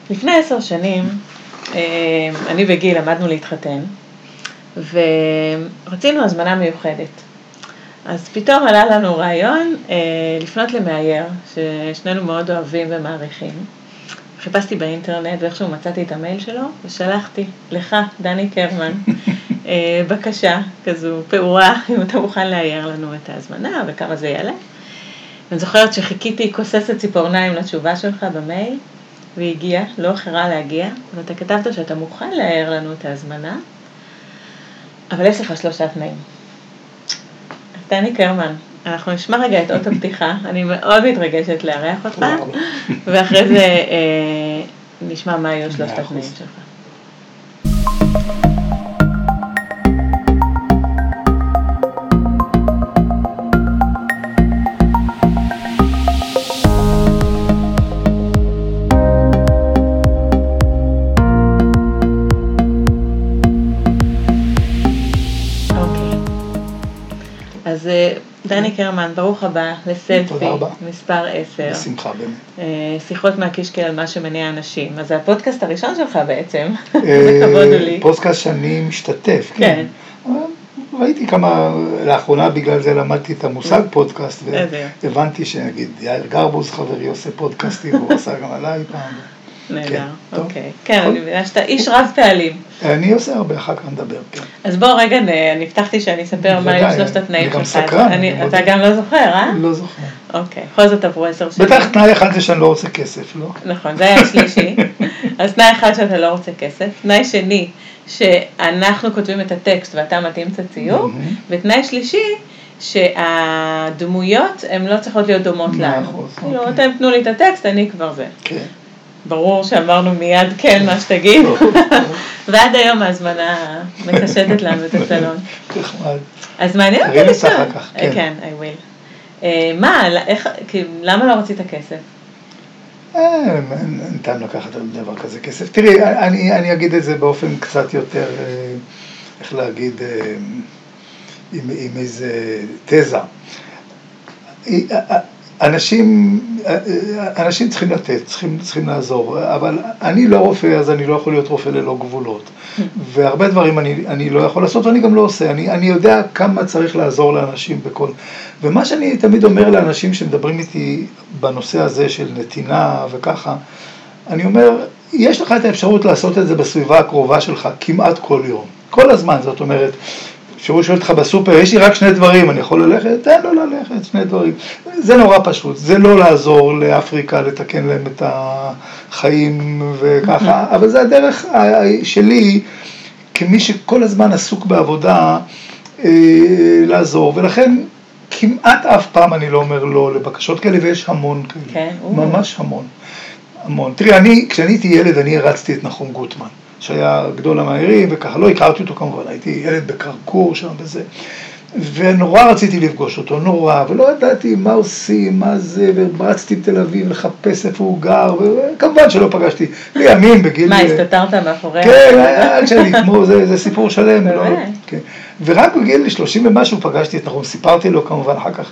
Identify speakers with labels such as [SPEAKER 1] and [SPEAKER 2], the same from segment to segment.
[SPEAKER 1] לפני 10 שנים, אני וגיל למדנו להתחתן, ורצינו הזמנה מיוחדת. אז פתאום עלה לנו רעיון לפנות למאייר, ששנינו מאוד אוהבים ומעריכים. חיפשתי באינטרנט ואיכשהו מצאתי את המייל שלו, ושלחתי לך, דני קרמן, בקשה כזו, פעורה, אם אתה מוכן לאייר לנו את ההזמנה וכמה זה יעלה. ואני זוכרת שחיכיתי כוססת ציפורניים לתשובה שלך במייל, והיא הגיעה, לא אחרה להגיע, ואתה כתבת שאתה מוכן לאייר לנו את ההזמנה, אבל יש לך 3 תנאים. דני קרמן, אנחנו נשמע רגע את אות הפתיחה, אני מאוד מתרגשת לארח אותך, ואחרי זה נשמע מה היו 3 התנאים שלך. אז דני קרמן, ברוך הבא לסלפי, מספר 10.
[SPEAKER 2] בשמחה באמת.
[SPEAKER 1] שיחות מהקישקל על מה שמניע אנשים. אז זה הפודקאסט הראשון שלך בעצם, זה כבוד לי.
[SPEAKER 2] פודקאסט שאני משתתף, כן. ראיתי כמה, לאחרונה בגלל זה למדתי את המושג פודקאסט, והבנתי שנגיד, יאיר גרבוז חברי עושה פודקאסטים, והוא עשה גם עליי פעם.
[SPEAKER 1] נהדר, אוקיי. כן, אני מבינה שאתה איש רב פעלים.
[SPEAKER 2] אני עושה הרבה, אחר כך נדבר, כן.
[SPEAKER 1] אז בוא רגע, אני הבטחתי שאני אספר מה היו 3 התנאים שלך.
[SPEAKER 2] אני גם סקרן.
[SPEAKER 1] אתה גם לא זוכר, אה?
[SPEAKER 2] לא זוכר.
[SPEAKER 1] אוקיי, בכל זאת עברו 10 שנים.
[SPEAKER 2] בטח תנאי אחד זה שאני לא רוצה כסף, לא?
[SPEAKER 1] נכון, זה היה השלישי. אז תנאי אחד שאתה לא רוצה כסף. תנאי שני, שאנחנו כותבים את הטקסט ואתה מתאים את הציור. ותנאי שלישי, שהדמויות הן לא צריכות להיות דומות לנו. כאילו, אתם תנו לי את הטקסט, אני כבר זה.
[SPEAKER 2] כן.
[SPEAKER 1] ברור שאמרנו מיד כן מה שתגיד, ועד היום ההזמנה מקשטת לנו את הסלון. אז מעניין אותי לשאול. כן, I will. מה, למה לא רצית כסף?
[SPEAKER 2] אין טעם לקחת על דבר כזה כסף. תראי, אני אגיד את זה באופן קצת יותר, איך להגיד, עם איזה תזה. אנשים צריכים לתת, צריכים לעזור, אבל אני לא רופא, אז אני לא יכול להיות רופא ללא גבולות. והרבה דברים אני לא יכול לעשות, ואני גם לא עושה. אני יודע כמה צריך לעזור לאנשים בכל. ומה שאני תמיד אומר לאנשים שמדברים איתי בנושא הזה של נתינה וככה, אני אומר, יש לך את האפשרות לעשות את זה בסביבה הקרובה שלך כמעט כל יום. כל הזמן, זאת אומרת, שהוא שואל אותך בסופר, יש לי רק 2 דברים, אני יכול ללכת? תן לו ללכת, 2 דברים. זה נורא פשוט, זה לא לעזור לאפריקה, לתקן להם את החיים וככה, אבל זה הדרך שלי, כמי שכל הזמן עסוק בעבודה, לעזור, ולכן כמעט אף פעם אני לא אומר לא לבקשות כאלה, ויש המון כאלה, ממש המון, המון. תראי, כשאני הייתי ילד, אני הרצתי את נחום גוטמן. שהיה גדול המאיירים, וככה לא הכרתי אותו כמובן, הייתי ילד בקרקור שם וזה, ונורא רציתי לפגוש אותו, נורא, ולא ידעתי מה עושים, מה זה, ורצתי בתל אביב לחפש איפה הוא גר, וכמובן שלא פגשתי, לימים בגיל...
[SPEAKER 1] מה, הסתתרת מאחורי?
[SPEAKER 2] כן, עד שאני, כמו, זה סיפור שלם, לא, כן. ורק בגיל 30 ומשהו פגשתי את נחום, סיפרתי לו כמובן אחר כך.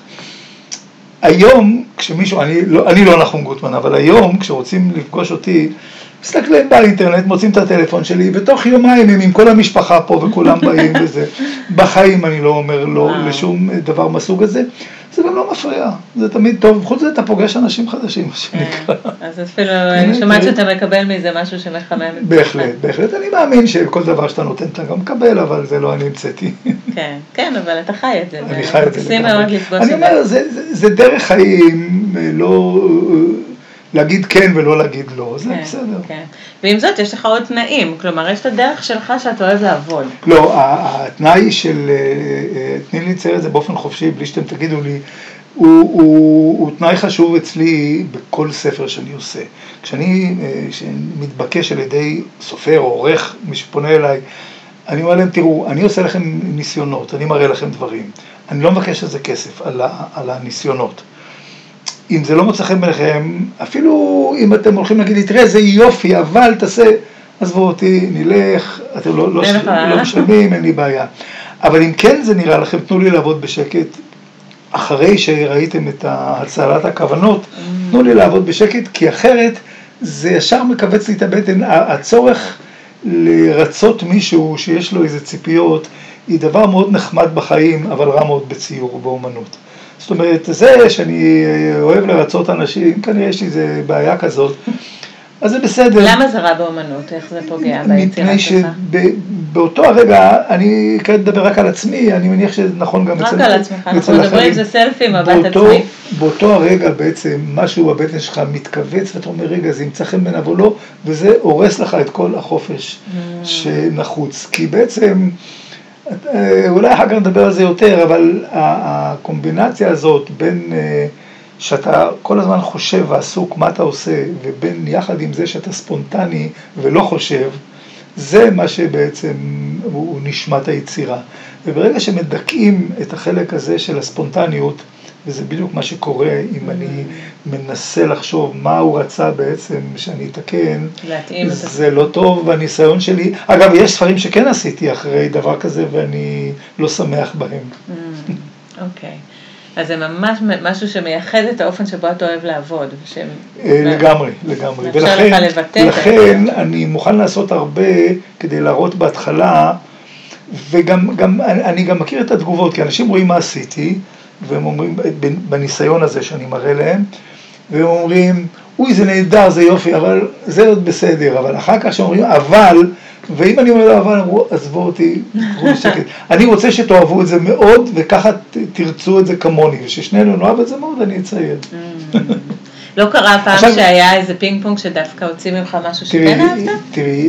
[SPEAKER 2] היום, כשמישהו, אני לא נחום גוטמן, אבל היום, כשרוצים לפגוש אותי, מסתכלים באינטרנט, מוצאים את הטלפון שלי, ותוך יומיים הם עם כל המשפחה פה וכולם באים וזה. בחיים אני לא אומר לא לשום דבר מסוג הזה. זה גם לא מפריע, זה תמיד טוב. חוץ זה אתה פוגש אנשים חדשים, מה שנקרא.
[SPEAKER 1] אז אפילו אני שומעת שאתה מקבל מזה משהו שמחמם.
[SPEAKER 2] בהחלט, בהחלט. אני מאמין שכל דבר שאתה נותן אתה גם מקבל, אבל זה לא אני המצאתי.
[SPEAKER 1] כן, כן, אבל אתה חי את זה.
[SPEAKER 2] אני חי את זה.
[SPEAKER 1] אני
[SPEAKER 2] אומר, זה דרך חיים, לא... להגיד כן ולא להגיד לא, זה בסדר.
[SPEAKER 1] כן. ועם זאת יש לך עוד תנאים, כלומר יש את הדרך שלך שאתה אוהב לעבוד.
[SPEAKER 2] לא, התנאי של, תני לי לצייר את זה באופן חופשי, בלי שאתם תגידו לי, הוא תנאי חשוב אצלי בכל ספר שאני עושה. כשאני מתבקש על ידי סופר או עורך, מי שפונה אליי, אני אומר להם, תראו, אני עושה לכם ניסיונות, אני מראה לכם דברים. אני לא מבקש על זה כסף, על הניסיונות. אם זה לא מוצא חן ביניכם, אפילו אם אתם הולכים להגיד לי, תראה, זה יופי, אבל תעשה, עזבו אותי, נלך, אתם לא משלמים, אין לי בעיה. אבל אם כן זה נראה לכם, תנו לי לעבוד בשקט, אחרי שראיתם את הצלת הכוונות, תנו לי לעבוד בשקט, כי אחרת זה ישר מקבץ לי את הבטן, הצורך לרצות מישהו שיש לו איזה ציפיות, היא דבר מאוד נחמד בחיים, אבל רע מאוד בציור ובאומנות. זאת אומרת, זה שאני אוהב לרצות אנשים, כנראה יש לי איזה בעיה כזאת, אז זה בסדר.
[SPEAKER 1] למה זה רע באומנות? איך זה פוגע ביצירה שלך?
[SPEAKER 2] מפני שבאותו הרגע, אני כעת מדבר רק על עצמי, אני מניח שזה נכון גם
[SPEAKER 1] רק על עצמך, אנחנו מדברים זה סלפי מבט עצמי.
[SPEAKER 2] באותו הרגע בעצם משהו בבטן שלך מתכווץ, ואתה אומר רגע, זה ימצא חן בעיניו או לא, וזה הורס לך את כל החופש שנחוץ. כי בעצם, אולי אחר כך נדבר על זה יותר, אבל הקומבינציה הזאת בין שאתה כל הזמן חושב ועסוק מה אתה עושה, ובין יחד עם זה שאתה ספונטני ולא חושב, זה מה שבעצם הוא נשמת היצירה. וברגע שמדכאים את החלק הזה של הספונטניות, וזה בדיוק מה שקורה אם אני מנסה לחשוב מה הוא רצה בעצם שאני אתקן, זה לא טוב בניסיון שלי. אגב, יש ספרים שכן עשיתי אחרי דבר כזה ואני לא שמח בהם.
[SPEAKER 1] אוקיי. אז זה ממש משהו שמייחד את האופן שבו אתה אוהב לעבוד.
[SPEAKER 2] לגמרי.
[SPEAKER 1] מאפשר לך לבטא.
[SPEAKER 2] לכן אני מוכן לעשות הרבה כדי להראות בהתחלה, וגם אני גם מכיר את התגובות, כי אנשים רואים מה עשיתי, והם אומרים, בניסיון הזה שאני מראה להם, והם אומרים, אוי זה נהדר, זה יופי, אבל זה עוד בסדר, אבל אחר כך שאומרים, אבל, ואם אני אומר לו, אבל אמרו, עזבו אותי, תקחו בשקט. אני רוצה שתאהבו את זה מאוד, וככה תרצו את זה כמוני, וששנינו נאהב את זה מאוד, אני אציין.
[SPEAKER 1] לא קרה פעם שהיה איזה פינג פונג שדווקא הוציא ממך משהו שכן אהבת?
[SPEAKER 2] תראי,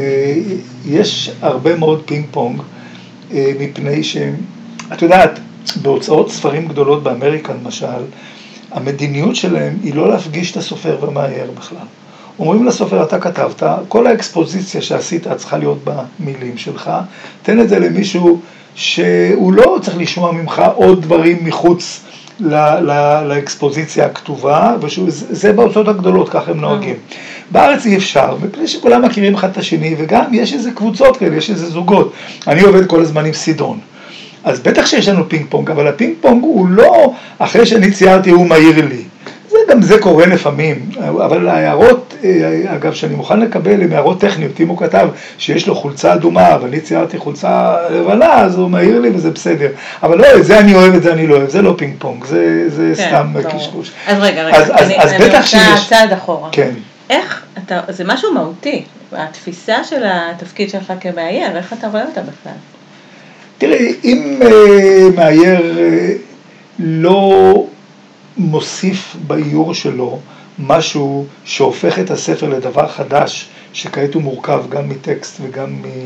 [SPEAKER 2] יש הרבה מאוד פינג פונג, מפני שאת יודעת, בהוצאות ספרים גדולות באמריקה למשל, המדיניות שלהם היא לא להפגיש את הסופר ומאייר בכלל. אומרים לסופר, אתה כתבת, כל האקספוזיציה שעשית צריכה להיות במילים שלך, תן את זה למישהו שהוא לא צריך לשמוע ממך עוד דברים מחוץ לאקספוזיציה הכתובה, וזה בהוצאות הגדולות, ככה הם נוהגים. בארץ אי אפשר, מפני שכולם מכירים אחד את השני, וגם יש איזה קבוצות כאלה, יש איזה זוגות. אני עובד כל הזמן עם סידון. אז בטח שיש לנו פינג פונג, אבל הפינג פונג הוא לא אחרי שאני ציירתי הוא מהיר לי. גם זה קורה לפעמים, אבל ההערות, אגב, שאני מוכן לקבל הן הערות טכניות, אם הוא כתב שיש לו חולצה אדומה, ואני ציירתי חולצה לבנה, אז הוא מהיר לי וזה בסדר. אבל לא, את זה אני אוהב, את זה אני לא אוהב, זה לא פינג פונג, זה סתם קשקוש.
[SPEAKER 1] אז רגע, אני רוצה צעד אחורה. כן. איך אתה, זה משהו מהותי, התפיסה של התפקיד שלך כמאייר, איך אתה רואה אותה בכלל?
[SPEAKER 2] תראי, אם מאייר לא מוסיף באיור שלו משהו שהופך את הספר לדבר חדש, שכעת הוא מורכב גם מטקסט וגם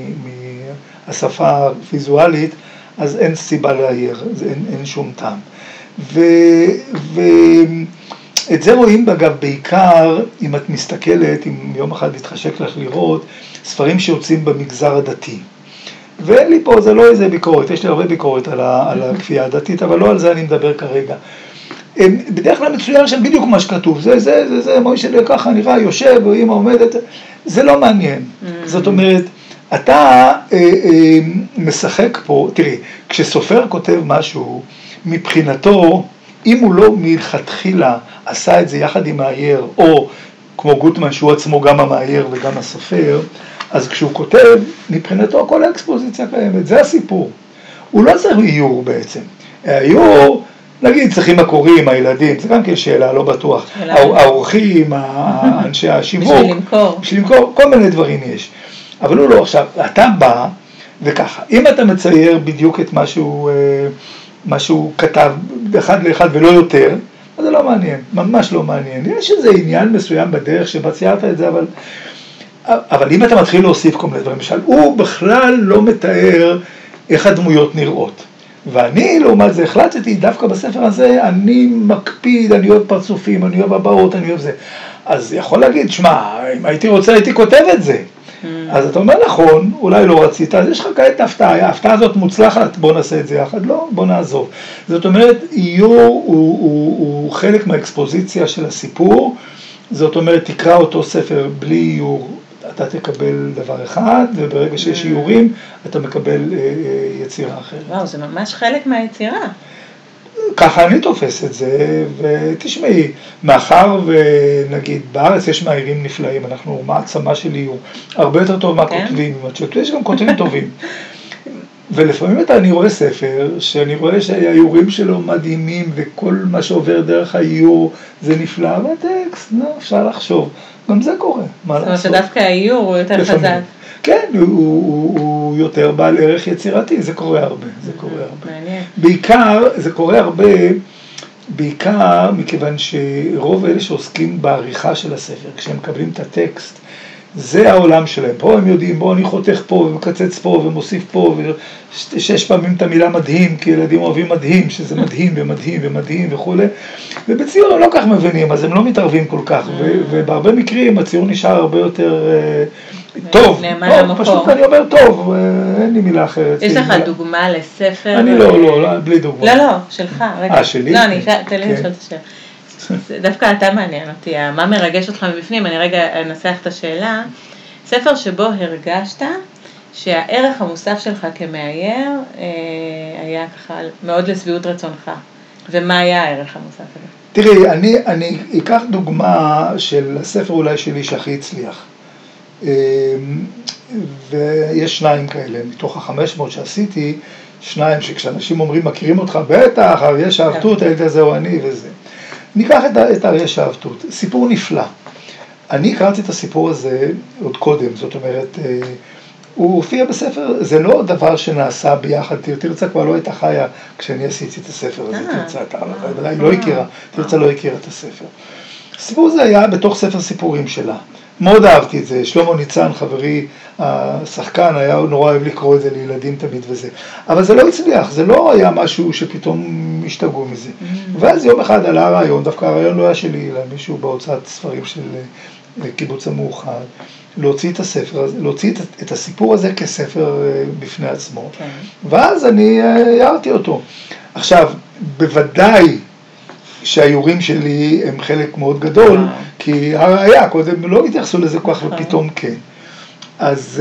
[SPEAKER 2] מהשפה הוויזואלית, אז אין סיבה לאייר, אין שום טעם. ואת זה רואים אגב בעיקר, אם את מסתכלת, אם יום אחד יתחשק לך לראות, ספרים שיוצאים במגזר הדתי. ואין לי פה, זה לא איזה ביקורת, יש לי הרבה ביקורת על הכפייה הדתית, אבל לא על זה אני מדבר כרגע. בדרך כלל מצוין שם בדיוק מה שכתוב, זה מוישל ככה נראה, יושב, או אמא עומדת, זה לא מעניין. זאת אומרת, אתה משחק פה, תראי, כשסופר כותב משהו, מבחינתו, אם הוא לא מלכתחילה עשה את זה יחד עם מאייר, או כמו גוטמן שהוא עצמו גם המאייר וגם הסופר, אז כשהוא כותב, מבחינתו כל האקספוזיציה קיימת, זה הסיפור. הוא לא צריך איור בעצם. האיור, נגיד, צריכים הקוראים, הילדים, זה גם כן שאלה, לא בטוח. האורחים, אנשי השיווק. בשביל למכור, כל מיני דברים יש. אבל הוא לא, עכשיו, אתה בא, וככה, אם אתה מצייר בדיוק את מה שהוא כתב אחד לאחד ולא יותר, אז זה לא מעניין, ממש לא מעניין. יש איזה עניין מסוים בדרך שבה ציירת את זה, אבל אם אתה מתחיל להוסיף כל מיני דברים, למשל, הוא בכלל לא מתאר איך הדמויות נראות. ואני, לעומת זה, החלטתי, דווקא בספר הזה, אני מקפיד, אני אוהב פרצופים, אני אוהב הבאות, אני אוהב זה. אז יכול להגיד, שמע, אם הייתי רוצה, הייתי כותב את זה. אז אתה אומר, נכון, אולי לא רצית, אז יש לך כעת הפתעה, ההפתעה הזאת מוצלחת, בוא נעשה את זה יחד, לא, בוא נעזוב. זאת אומרת, איור הוא חלק מהאקספוזיציה של הסיפור, זאת אומרת, תקרא אותו ספר בלי איור, אתה תקבל דבר אחד, וברגע שיש איורים, אתה מקבל יצירה אחרת.
[SPEAKER 1] וואו, זה ממש חלק מהיצירה.
[SPEAKER 2] ככה אני תופס את זה, ותשמעי, מאחר ונגיד בארץ יש מאיירים נפלאים, אנחנו מעצמה של איור, הרבה יותר טוב מהכותבים, יש גם כותבים טובים. ולפעמים אני רואה ספר, שאני רואה שהאיורים שלו מדהימים, וכל מה שעובר דרך האיור זה נפלא, והטקסט, אפשר לחשוב, גם זה קורה, מה לעשות?
[SPEAKER 1] זאת אומרת שדווקא האיור הוא יותר חזק.
[SPEAKER 2] כן, הוא יותר בעל ערך יצירתי, זה קורה הרבה, זה קורה הרבה.
[SPEAKER 1] מעניין.
[SPEAKER 2] בעיקר, זה קורה הרבה, בעיקר מכיוון שרוב אלה שעוסקים בעריכה של הספר, כשהם מקבלים את הטקסט, זה העולם שלהם. פה הם יודעים, בוא אני חותך פה ומקצץ פה ומוסיף פה, ושש פעמים את המילה מדהים, כי ילדים אוהבים מדהים, שזה מדהים ומדהים ומדהים וכו'. ובציור הם לא כך מבינים, אז הם לא מתערבים כל כך, ובהרבה מקרים הציור נשאר הרבה יותר טוב. פשוט אני אומר טוב, אין לי מילה אחרת.
[SPEAKER 1] יש לך דוגמה לספר?
[SPEAKER 2] אני לא, בלי דוגמה.
[SPEAKER 1] לא, שלך.
[SPEAKER 2] שלי?
[SPEAKER 1] לא, תן לי לשאול את השאלה. דווקא אתה מעניין אותי, מה מרגש אותך מבפנים, אני רגע אנסח את השאלה. ספר שבו הרגשת שהערך המוסף שלך כמאייר היה ככה מאוד לשביעות רצונך, ומה היה הערך המוסף הזה?
[SPEAKER 2] תראי, אני אקח דוגמה של הספר אולי שלי שהכי הצליח, ויש שניים כאלה, מתוך ה-500 שעשיתי, שניים שכשאנשים אומרים מכירים אותך, בטח, אריה שאהבתות, הילד הזה או אני וזה. ניקח את אריה שאהבתות, סיפור נפלא. אני הכרתי את הסיפור הזה עוד קודם, זאת אומרת, הוא הופיע בספר, זה לא דבר שנעשה ביחד, תרצה כבר לא הייתה חיה כשאני עשיתי את הספר הזה, תרצה, לא הכירה, תרצה לא הכירה את הספר. הסיפור הזה היה בתוך ספר סיפורים שלה. מאוד אהבתי את זה, שלמה ניצן, חברי השחקן, היה נורא אוהב לקרוא את זה לילדים תמיד וזה. אבל זה לא הצליח, זה לא היה משהו שפתאום השתגעו מזה. ואז יום אחד עלה הרעיון, דווקא הרעיון לא היה שלי, אלא מישהו בהוצאת ספרים של קיבוץ המאוחד, להוציא את הספר, להוציא את הסיפור הזה כספר בפני עצמו. ואז אני הערתי אותו. עכשיו, בוודאי, שהאיורים שלי הם חלק מאוד גדול, כי הראיה, קודם לא התייחסו לזה כל כך ופתאום כן. אז,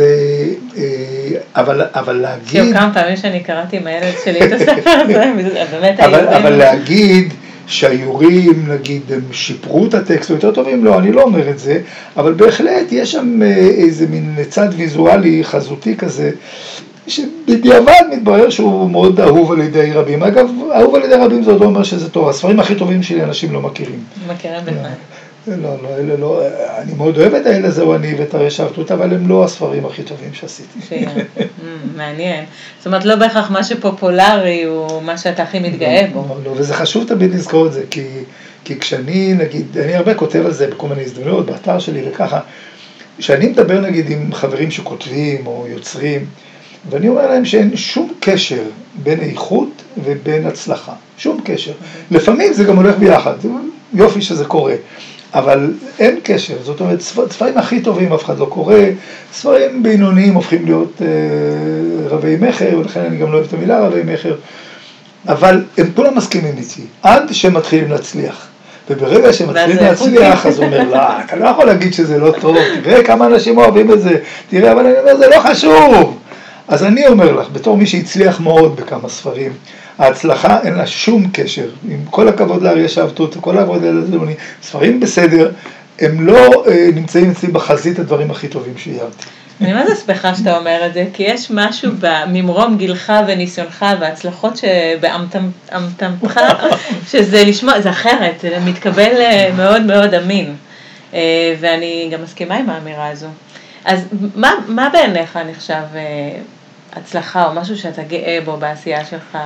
[SPEAKER 2] אבל להגיד...
[SPEAKER 1] כמה פעמים שאני קראתי עם הילד שלי את הספר הזה, באמת האיורים...
[SPEAKER 2] אבל להגיד שהאיורים, נגיד, הם שיפרו את הטקסט, או יותר טובים, לא, אני לא אומר את זה, אבל בהחלט יש שם איזה מין צד ויזואלי חזותי כזה, שבדיעבד מתברר שהוא מאוד אהוב על ידי רבים. אגב, אהוב על ידי רבים זה עוד לא אומר שזה טוב. הספרים הכי טובים שלי אנשים לא מכירים.
[SPEAKER 1] מכירים בכלל.
[SPEAKER 2] לא, אלה לא, אני מאוד אוהב את האלה, זהו אני ואת אריה שאהבתות, אבל הם לא הספרים הכי טובים שעשיתי.
[SPEAKER 1] מעניין. זאת אומרת, לא בהכרח מה שפופולרי הוא מה שאתה הכי מתגאה בו.
[SPEAKER 2] לא, וזה חשוב תמיד לזכור את זה, כי כשאני, נגיד, אני הרבה כותב על זה בכל מיני הזדמנויות, באתר שלי וככה, כשאני מדבר נגיד עם חברים שכותבים או יוצרים, ואני אומר להם שאין שום קשר בין איכות ובין הצלחה. שום קשר. לפעמים זה גם הולך ביחד. יופי שזה קורה. אבל אין קשר. זאת אומרת, ספרים הכי טובים אף אחד לא קורא. ספרים בינוניים הופכים להיות רבי מחר, ולכן אני גם לא אוהב את המילה רבי מחר. אבל הם כולם מסכימים איתי. עד שהם מתחילים להצליח. וברגע שהם מתחילים להצליח, אז הוא אומר, לא, אתה לא יכול להגיד שזה לא טוב. תראה כמה אנשים אוהבים את זה. תראה, אבל אני אומר, זה לא חשוב. אז אני אומר לך, בתור מי שהצליח מאוד בכמה ספרים, ההצלחה אין לה שום קשר, עם כל הכבוד לאריה שאהבתות, כל הכבוד לזלוני, ספרים בסדר, הם לא נמצאים אצלי בחזית הדברים הכי טובים שאיירתי.
[SPEAKER 1] אני מה זה שמחה שאתה אומר את זה, כי יש משהו בממרום גילך וניסיונך וההצלחות שבאמתמתך, שזה לשמוע, זה אחרת, זה מתקבל מאוד מאוד אמין, ואני גם מסכימה עם האמירה הזו. אז מה בעיניך נחשב הצלחה או משהו שאתה גאה בו בעשייה שלך?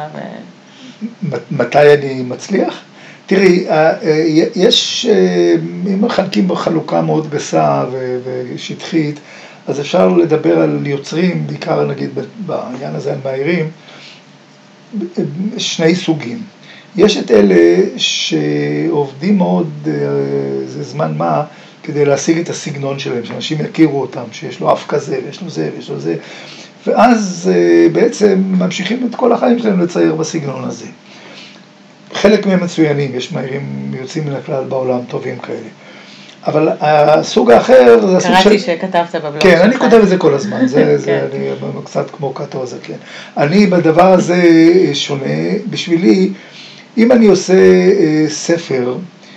[SPEAKER 2] מתי אני מצליח? תראי, יש, אם מחלקים בחלוקה מאוד גסה ושטחית, אז אפשר לדבר על יוצרים, בעיקר נגיד בעניין הזה על מאיירים, שני סוגים. יש את אלה שעובדים מאוד, זה זמן מה, כדי להשיג את הסגנון שלהם, שאנשים יכירו אותם, שיש לו אף כזה, ויש לו זה, ויש לו זה, ואז בעצם ממשיכים את כל החיים שלהם לצייר בסגנון הזה. חלק מהם מצוינים, יש מאיירים יוצאים מן הכלל בעולם טובים כאלה. אבל הסוג האחר זה הסוג של...
[SPEAKER 1] קראתי שכתבת בבלוג.
[SPEAKER 2] כן, אני כותב את זה כל הזמן, אני קצת כמו קאטו הזה, כן. אני בדבר הזה שונה, בשבילי, אם אני עושה ספר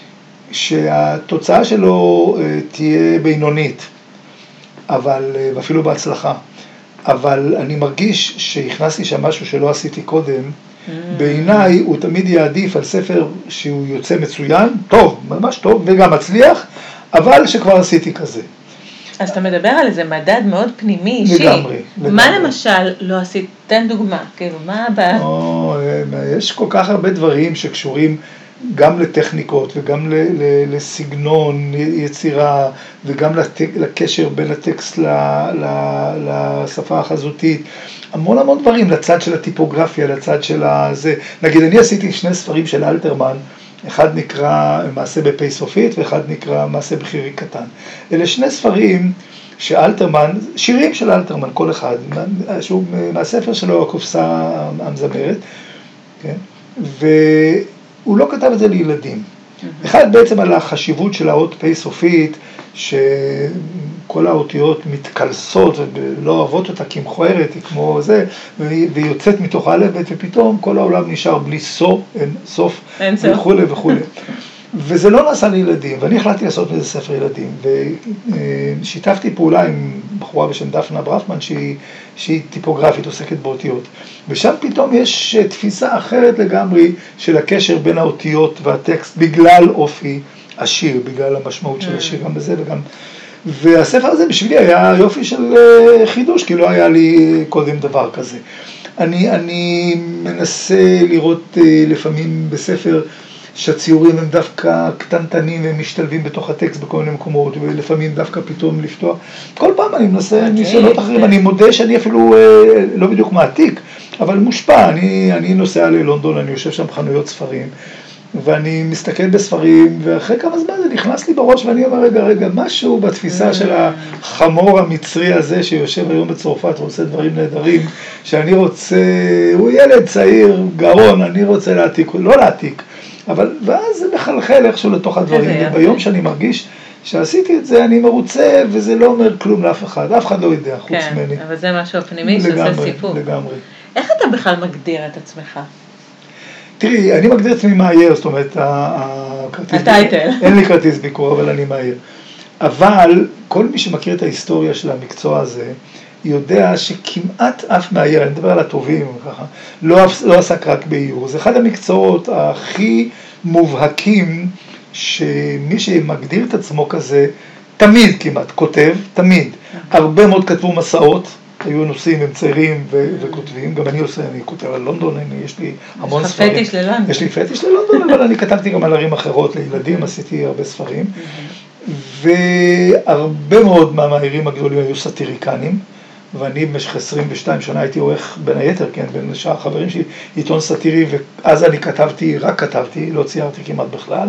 [SPEAKER 2] שהתוצאה שלו תהיה בינונית, אבל, ואפילו בהצלחה, אבל אני מרגיש שהכנסתי שם משהו שלא עשיתי קודם, בעיניי הוא תמיד יעדיף על ספר שהוא יוצא מצוין, טוב, ממש טוב, וגם מצליח, אבל שכבר עשיתי כזה.
[SPEAKER 1] אז אתה מדבר על איזה מדד מאוד פנימי, אישי.
[SPEAKER 2] לגמרי.
[SPEAKER 1] מה למשל לא עשית? תן דוגמה, כאילו, מה הבא?
[SPEAKER 2] יש כל כך הרבה דברים שקשורים גם לטכניקות וגם לסגנון יצירה וגם לקשר בין הטקסט לשפה החזותית. המון דברים, לצד של הטיפוגרפיה, לצד של הזה. נגיד, אני עשיתי 2 ספרים של אלתרמן, אחד נקרא מעשה בפי סופית ואחד נקרא מעשה בחירי קטן. אלה 2 ספרים שאלתרמן, שירים של אלתרמן, כל אחד, שהוא מהספר שלו, הקופסה המזמרת, כן? והוא לא כתב את זה לילדים. אחד בעצם על החשיבות של האות פי סופית, שכל האותיות מתקלסות ולא אוהבות אותה כי מכוערת, היא כמו זה, והיא יוצאת מתוך האלף-בית ופתאום כל העולם נשאר בלי סוף וכו' וכו'. וזה לא נעשה לילדים, ואני החלטתי לעשות מזה ספר ילדים, ושיתפתי פעולה עם בחורה בשם דפנה ברפמן, שהיא טיפוגרפית, עוסקת באותיות, ושם פתאום יש תפיסה אחרת לגמרי של הקשר בין האותיות והטקסט, בגלל אופי השיר, בגלל המשמעות של השיר, גם בזה וגם... והספר הזה בשבילי היה יופי של חידוש, כי לא היה לי קודם דבר כזה. אני מנסה לראות לפעמים בספר, שהציורים הם דווקא קטנטנים והם משתלבים בתוך הטקסט בכל מיני מקומות, ולפעמים דווקא פתאום לפתוח. כל פעם אני מנסה ניסיונות אחרים, אני מודה שאני אפילו לא בדיוק מעתיק, אבל מושפע. אני נוסע ללונדון, אני יושב שם בחנויות ספרים, ואני מסתכל בספרים, ואחרי כמה זמן זה נכנס לי בראש, ואני אומר, רגע, משהו בתפיסה של החמור המצרי הזה, שיושב היום בצרפת ועושה דברים נהדרים, שאני רוצה, הוא ילד צעיר, גאון, אני רוצה להעתיק, לא להעתיק, אבל, ואז זה מחלחל איכשהו לתוך הדברים, וביום שאני מרגיש שעשיתי את זה, אני מרוצה, וזה לא אומר כלום לאף אחד, אף אחד לא יודע חוץ ממני.
[SPEAKER 1] כן, אבל זה משהו הפנימי שעושה סיפור.
[SPEAKER 2] לגמרי.
[SPEAKER 1] איך אתה בכלל מגדיר את עצמך?
[SPEAKER 2] תראי, אני מגדיר את עצמי מאייר, זאת אומרת,
[SPEAKER 1] הטייטל.
[SPEAKER 2] אין לי כרטיס ביקור, אבל אני מאייר. אבל כל מי שמכיר את ההיסטוריה של המקצוע הזה, יודע שכמעט אף מאייר, אני מדבר על הטובים וככה, לא עסק רק באיור. זה אחד המקצועות הכי מובהקים, שמי שמגדיר את עצמו כזה, תמיד כמעט כותב, תמיד. הרבה מאוד כתבו מסעות, היו נוסעים, הם צעירים וכותבים, גם אני כותב על לונדון, יש לי המון ספרים.
[SPEAKER 1] יש לך פטיש ללונדון.
[SPEAKER 2] יש לי פטיש ללונדון, אבל אני כתבתי גם על ערים אחרות לילדים, עשיתי הרבה ספרים. והרבה מאוד מהמאיירים הגדולים היו סאטיריקנים, ואני במשך 22 שנה הייתי עורך בין היתר, כן, בין השאר החברים שלי, עיתון סאטירי, ואז אני רק כתבתי, לא ציירתי כמעט בכלל,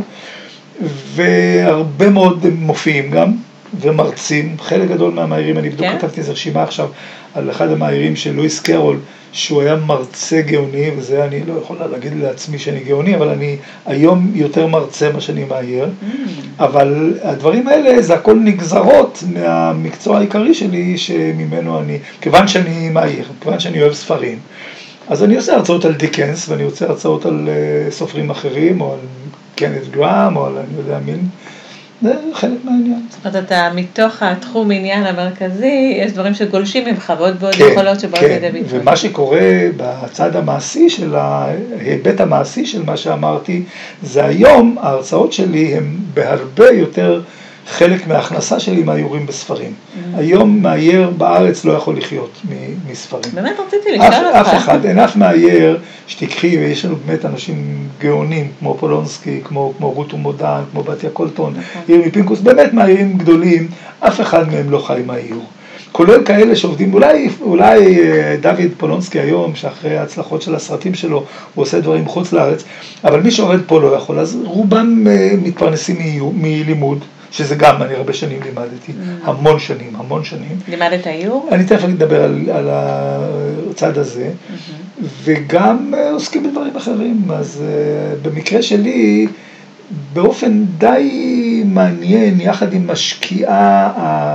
[SPEAKER 2] והרבה מאוד מופיעים גם, ומרצים, חלק גדול מהמאיירים, אני בדיוק כתבתי איזו רשימה עכשיו, על אחד המאיירים של לואיס קרול, שהוא היה מרצה גאוני, וזה אני לא יכול להגיד לעצמי שאני גאוני, אבל אני היום יותר מרצה מה שאני מאייר, אבל הדברים האלה זה הכל נגזרות מהמקצוע העיקרי שלי, שממנו אני, כיוון שאני מאייר, כיוון שאני אוהב ספרים, אז אני עושה הרצאות על דיקנס, ואני עושה הרצאות על סופרים אחרים, או על קנת גראם, או על אני יודע מין, זה חלק מהעניין.
[SPEAKER 1] זאת אומרת, אתה מתוך התחום עניין המרכזי, יש דברים שגולשים ממך, ועוד יכולות שבאות לידי ביטוי.
[SPEAKER 2] ומה שקורה בצד המעשי של ההיבט המעשי של מה שאמרתי, זה היום ההרצאות שלי הן בהרבה יותר חלק מההכנסה שלי מהאיורים בספרים. היום מאייר בארץ לא יכול לחיות מספרים.
[SPEAKER 1] באמת רציתי לשאול אותך.
[SPEAKER 2] אף אחד, אין אף מאייר שתקחי, ויש לנו באמת אנשים גאונים, כמו פולונסקי, כמו רות ומודן, כמו בתיה קולטון, ירמי פינקוס, באמת מאיירים גדולים, אף אחד מהם לא חי מהאיור. כולל כאלה שעובדים, אולי דוד פולונסקי היום, שאחרי ההצלחות של הסרטים שלו, הוא עושה דברים חוץ לארץ, אבל מי שעובד פה לא יכול, אז רובם מתפרנסים מלימוד, שזה גם, אני הרבה שנים לימדתי, המון שנים.
[SPEAKER 1] לימדת איור?
[SPEAKER 2] אני תכף אדבר על הצד הזה, וגם עוסקים בדברים אחרים, אז במקרה שלי, באופן די מעניין, יחד עם משקיעה, איך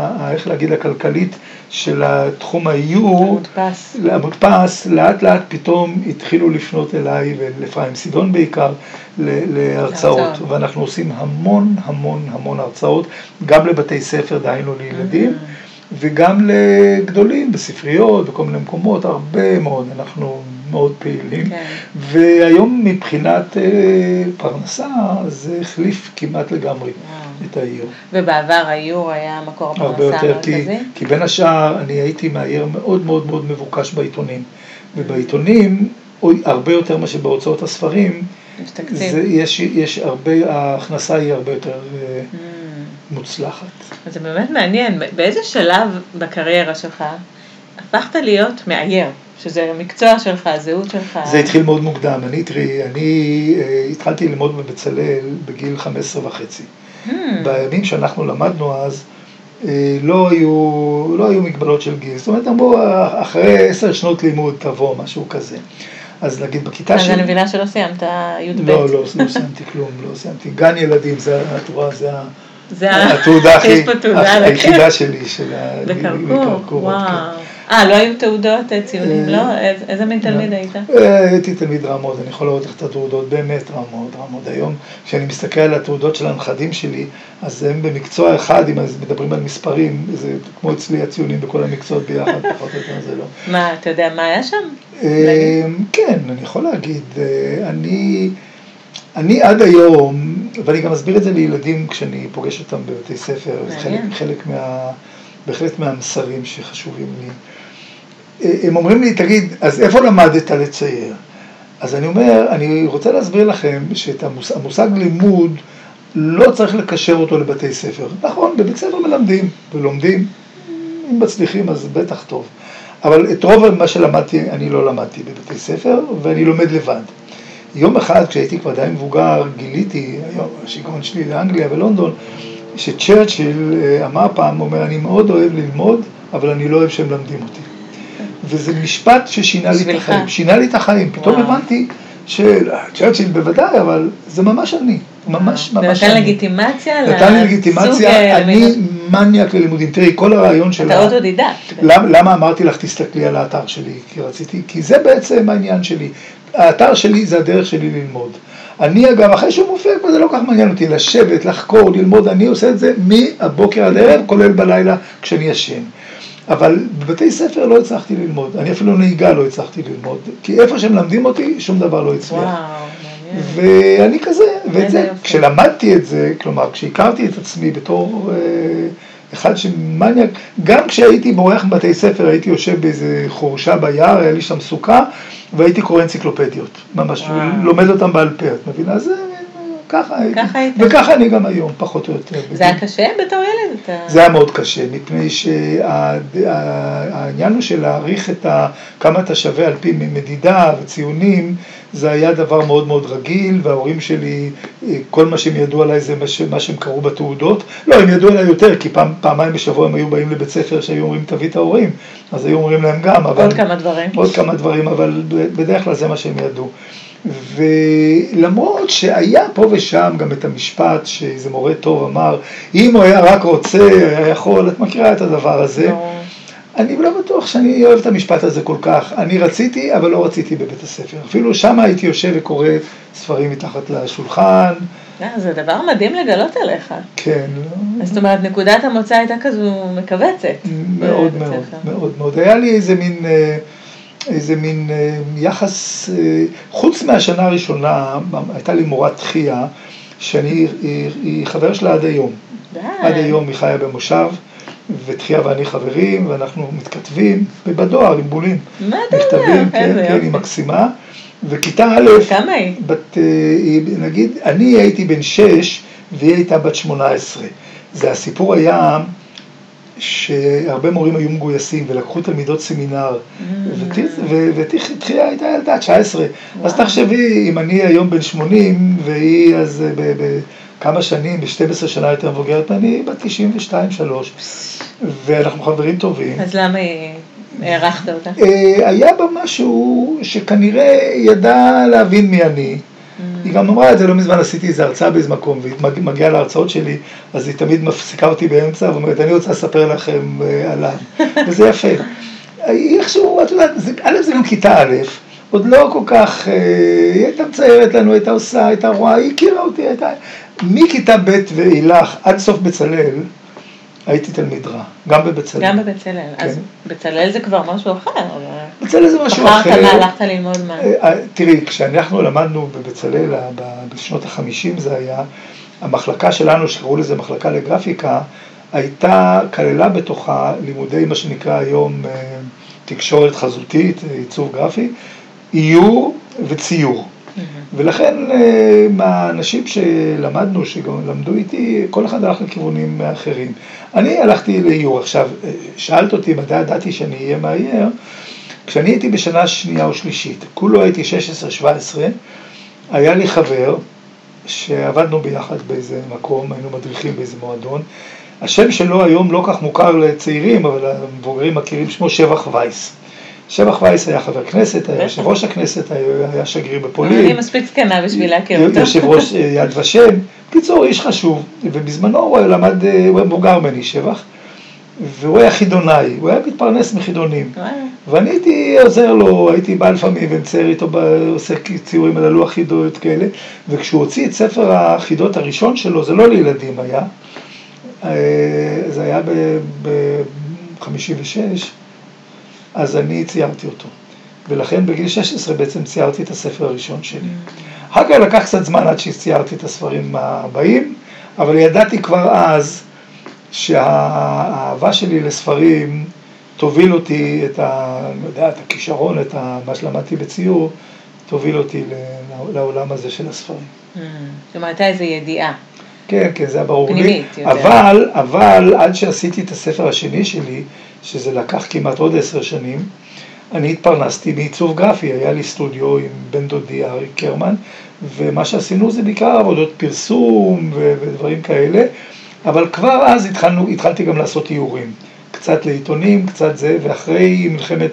[SPEAKER 2] איך להגיד, הכלכלית של התחום האיור,
[SPEAKER 1] המודפס,
[SPEAKER 2] לאט לאט פתאום התחילו לפנות אליי ולפריים סידון בעיקר, להרצאות, ואנחנו עושים המון המון המון הרצאות, גם לבתי ספר, דהיינו לילדים, וגם לגדולים, בספריות, בכל מיני מקומות, הרבה מאוד, אנחנו מאוד פעילים, והיום מבחינת פרנסה, זה החליף כמעט לגמרי את האיור.
[SPEAKER 1] ובעבר האיור היה מקור הפרנסה
[SPEAKER 2] הרבה יותר,
[SPEAKER 1] המרכזי? כי
[SPEAKER 2] בין השאר אני הייתי מאייר מאוד מאוד מאוד מבוקש בעיתונים, ובעיתונים, הרבה יותר מה שבהוצאות הספרים, יש הרבה, ההכנסה היא הרבה יותר מוצלחת.
[SPEAKER 1] אז זה באמת מעניין, באיזה שלב בקריירה שלך הפכת להיות מאייר, שזה המקצוע שלך, הזהות שלך?
[SPEAKER 2] זה התחיל מאוד מוקדם, אני התחלתי ללמוד בבצלאל בגיל 15.5. בימים שאנחנו למדנו אז, לא היו מגבלות של גיל, זאת אומרת, אמרו, אחרי 10 שנות לימוד תבוא, משהו כזה. אז נגיד בכיתה
[SPEAKER 1] שלי... אז אני מבינה שלא סיימת י"ב.
[SPEAKER 2] לא סיימתי כלום, לא סיימתי. גן ילדים, זה התורה, זה התעודה היחידה שלי, של
[SPEAKER 1] בקרקור, וואו. לא היו תעודות ציונים, לא? איזה מין תלמיד היית?
[SPEAKER 2] הייתי תלמיד רמוד, אני יכול לראות איך את התעודות, באמת רמוד. היום, כשאני מסתכל על התעודות של הנכדים שלי, אז הם במקצוע אחד, אם מדברים על מספרים, זה כמו אצלי הציונים בכל המקצועות ביחד, פחות או יותר זה לא.
[SPEAKER 1] מה, אתה יודע מה היה שם?
[SPEAKER 2] כן, אני יכול להגיד, אני עד היום, ואני גם אסביר את זה לילדים כשאני פוגש אותם בבתי ספר, זה בהחלט מהמסרים שחשובים לי. הם אומרים לי, תגיד, אז איפה למדת לצייר? אז אני אומר, אני רוצה להסביר לכם שאת המושג לימוד לא צריך לקשר אותו לבתי ספר. נכון, בבית ספר מלמדים ולומדים, אם מצליחים אז בטח טוב. אבל את רוב מה שלמדתי, אני לא למדתי בבתי ספר, ואני לומד לבד. יום אחד, כשהייתי כבר די מבוגר, גיליתי, היום השיגעון שלי לאנגליה ולונדון, שצ'רצ'יל אמר פעם, אומר, אני מאוד אוהב ללמוד, אבל אני לא אוהב שהם למדים אותי. וזה משפט ששינה לי את החיים. שינה לי את החיים. פתאום הבנתי שצ'רצ'יל בוודאי, אבל זה ממש אני. ממש אני.
[SPEAKER 1] זה נתן לגיטימציה?
[SPEAKER 2] נתן לי לגיטימציה, אני מניאק ללימודים. תראי, כל הרעיון שלה...
[SPEAKER 1] אתה אוטודידקט.
[SPEAKER 2] למה אמרתי לך, תסתכלי על האתר שלי? כי זה בעצם העניין שלי. האתר שלי זה הדרך שלי ללמוד. אני אגב, אחרי שהוא מופיע, זה לא כך מעניין אותי, לשבת, לחקור, ללמוד, אני עושה את זה מהבוקר עד הערב, כולל בלילה כשאני ישן. אבל בבתי ספר לא הצלחתי ללמוד, אני אפילו נהיגה לא הצלחתי ללמוד, כי איפה שהם למדים אותי, שום דבר לא הצליח. ואני כזה, ואת זה, כשלמדתי את זה, כלומר, כשהכרתי את עצמי בתור אחד שמניאק, גם כשהייתי בורח מבתי ספר, הייתי יושב באיזה חורשה ביער, היה לי שם סוכה, והייתי קורא אנציקלופדיות, ממש, לומד אותם בעל פה, את מבינה? זה ככה הייתי, וככה אני גם היום, פחות או יותר.
[SPEAKER 1] זה היה קשה בתור ילד?
[SPEAKER 2] זה היה מאוד קשה, מפני שהעניין הוא של להעריך כמה אתה שווה על פי מדידה וציונים, זה היה דבר מאוד מאוד רגיל, וההורים שלי, כל מה שהם ידעו עליי זה מה שהם קראו בתעודות. לא, הם ידעו עליי יותר, כי פעמיים בשבוע הם היו באים לבית ספר שהיו אומרים תביא את ההורים, אז היו אומרים להם גם, אבל... עוד כמה דברים, אבל בדרך כלל זה מה שהם ידעו. ולמרות שהיה פה ושם גם את המשפט שאיזה מורה טוב אמר, אם הוא היה רק רוצה, היה יכול, את מכירה את הדבר הזה. אני לא בטוח שאני אוהב את המשפט הזה כל כך. אני רציתי, אבל לא רציתי בבית הספר. אפילו שם הייתי יושב וקורא ספרים מתחת לשולחן.
[SPEAKER 1] זה דבר מדהים לגלות עליך.
[SPEAKER 2] כן.
[SPEAKER 1] זאת אומרת, נקודת המוצא הייתה כזו מקבצת.
[SPEAKER 2] מאוד מאוד, מאוד מאוד. היה לי איזה מין יחס, חוץ מהשנה הראשונה, הייתה לי מורת תחייה, היא חבר שלה עד היום. עד היום היא חיה במושב, ותחייה ואני חברים, ואנחנו מתכתבים, ובדואר, עם בולים.
[SPEAKER 1] מה אתה יודע?
[SPEAKER 2] מכתבים, כן, היא מקסימה. וכיתה א',
[SPEAKER 1] כמה היא?
[SPEAKER 2] נגיד, אני הייתי בן 6, והיא הייתה בת 18. זה הסיפור היה... שהרבה מורים היו מגויסים ולקחו תלמידות סמינר, ותחייה הייתה ילדה 19. אז תחשבי, אם אני היום בן 80, והיא אז בכמה שנים, ב-12 שנה יותר מבוגרת, אני בת 92-3, ואנחנו חברים טובים.
[SPEAKER 1] אז למה הערכת אותה?
[SPEAKER 2] היה בה משהו שכנראה ידע להבין מי אני. היא גם אמרה את זה, לא מזמן עשיתי איזו הרצאה באיזה מקום, והיא מגיעה להרצאות שלי, אז היא תמיד מפסיקה אותי באמצע, ואומרת, אני רוצה לספר לכם עליו, וזה יפה. היא איכשהו, את יודעת, א' זה גם כיתה א', עוד לא כל כך, היא הייתה מציירת לנו, הייתה עושה, הייתה רואה, היא הכירה אותי, הייתה, מכיתה ב' ואילך עד סוף בצלאל, הייתי תלמיד רע, גם בבצלאל.
[SPEAKER 1] גם בבצלאל, כן. אז בצלאל זה כבר משהו אחר.
[SPEAKER 2] בצלאל זה משהו אחר.
[SPEAKER 1] בחרת מה הלכת ללמוד מה?
[SPEAKER 2] תראי, כשאנחנו למדנו בבצלאל, בשנות ה-50 זה היה, המחלקה שלנו, שקראו לזה מחלקה לגרפיקה, הייתה, כללה בתוכה לימודי מה שנקרא היום תקשורת חזותית, עיצוב גרפי, איור וציור. ולכן מהאנשים שלמדנו, שגם למדו איתי, כל אחד הלך לכיוונים אחרים. אני הלכתי לאיור. עכשיו, שאלת אותי מתי ידעתי שאני אהיה מאייר, כשאני הייתי בשנה שנייה או שלישית, כולו הייתי 16-17, היה לי חבר שעבדנו ביחד באיזה מקום, היינו מדריכים באיזה מועדון, השם שלו היום לא כך מוכר לצעירים, אבל המבוגרים מכירים שמו שבח וייס. שבח וייס היה חבר כנסת, היה יושב ראש הכנסת, היה שגריר בפולין.
[SPEAKER 1] אני מספיק זקנה בשביל להכיר אותו.
[SPEAKER 2] יושב ראש יד ושם. קיצור, איש חשוב, ובזמנו הוא למד, הוא היה מבוגר ממני, שבח, והוא היה חידונאי, הוא היה מתפרנס מחידונים. ואני הייתי עוזר לו, הייתי בא לפעמים ומצייר איתו, עושה ציורים על הלוח חידות כאלה, וכשהוא הוציא את ספר החידות הראשון שלו, זה לא לילדים היה, זה היה ב-56, אז אני ציירתי אותו. ולכן בגיל 16 בעצם ציירתי את הספר הראשון שלי. אחר כך לקח קצת זמן עד שציירתי את הספרים הבאים, אבל ידעתי כבר אז שהאהבה שלי לספרים תוביל אותי את הכישרון, את מה שלמדתי בציור, תוביל אותי לעולם הזה של הספרים.
[SPEAKER 1] זאת אומרת, הייתה איזו ידיעה.
[SPEAKER 2] כן, כן, זה היה ברור לי.
[SPEAKER 1] פנימית,
[SPEAKER 2] אבל עד שעשיתי את הספר השני שלי, שזה לקח כמעט עוד 10 שנים, אני התפרנסתי מעיצוב גרפי, היה לי סטודיו עם בן דודי אריק קרמן, ומה שעשינו זה בעיקר עבודות פרסום ודברים כאלה, אבל כבר אז התחלתי גם לעשות איורים, קצת לעיתונים, קצת זה, ואחרי מלחמת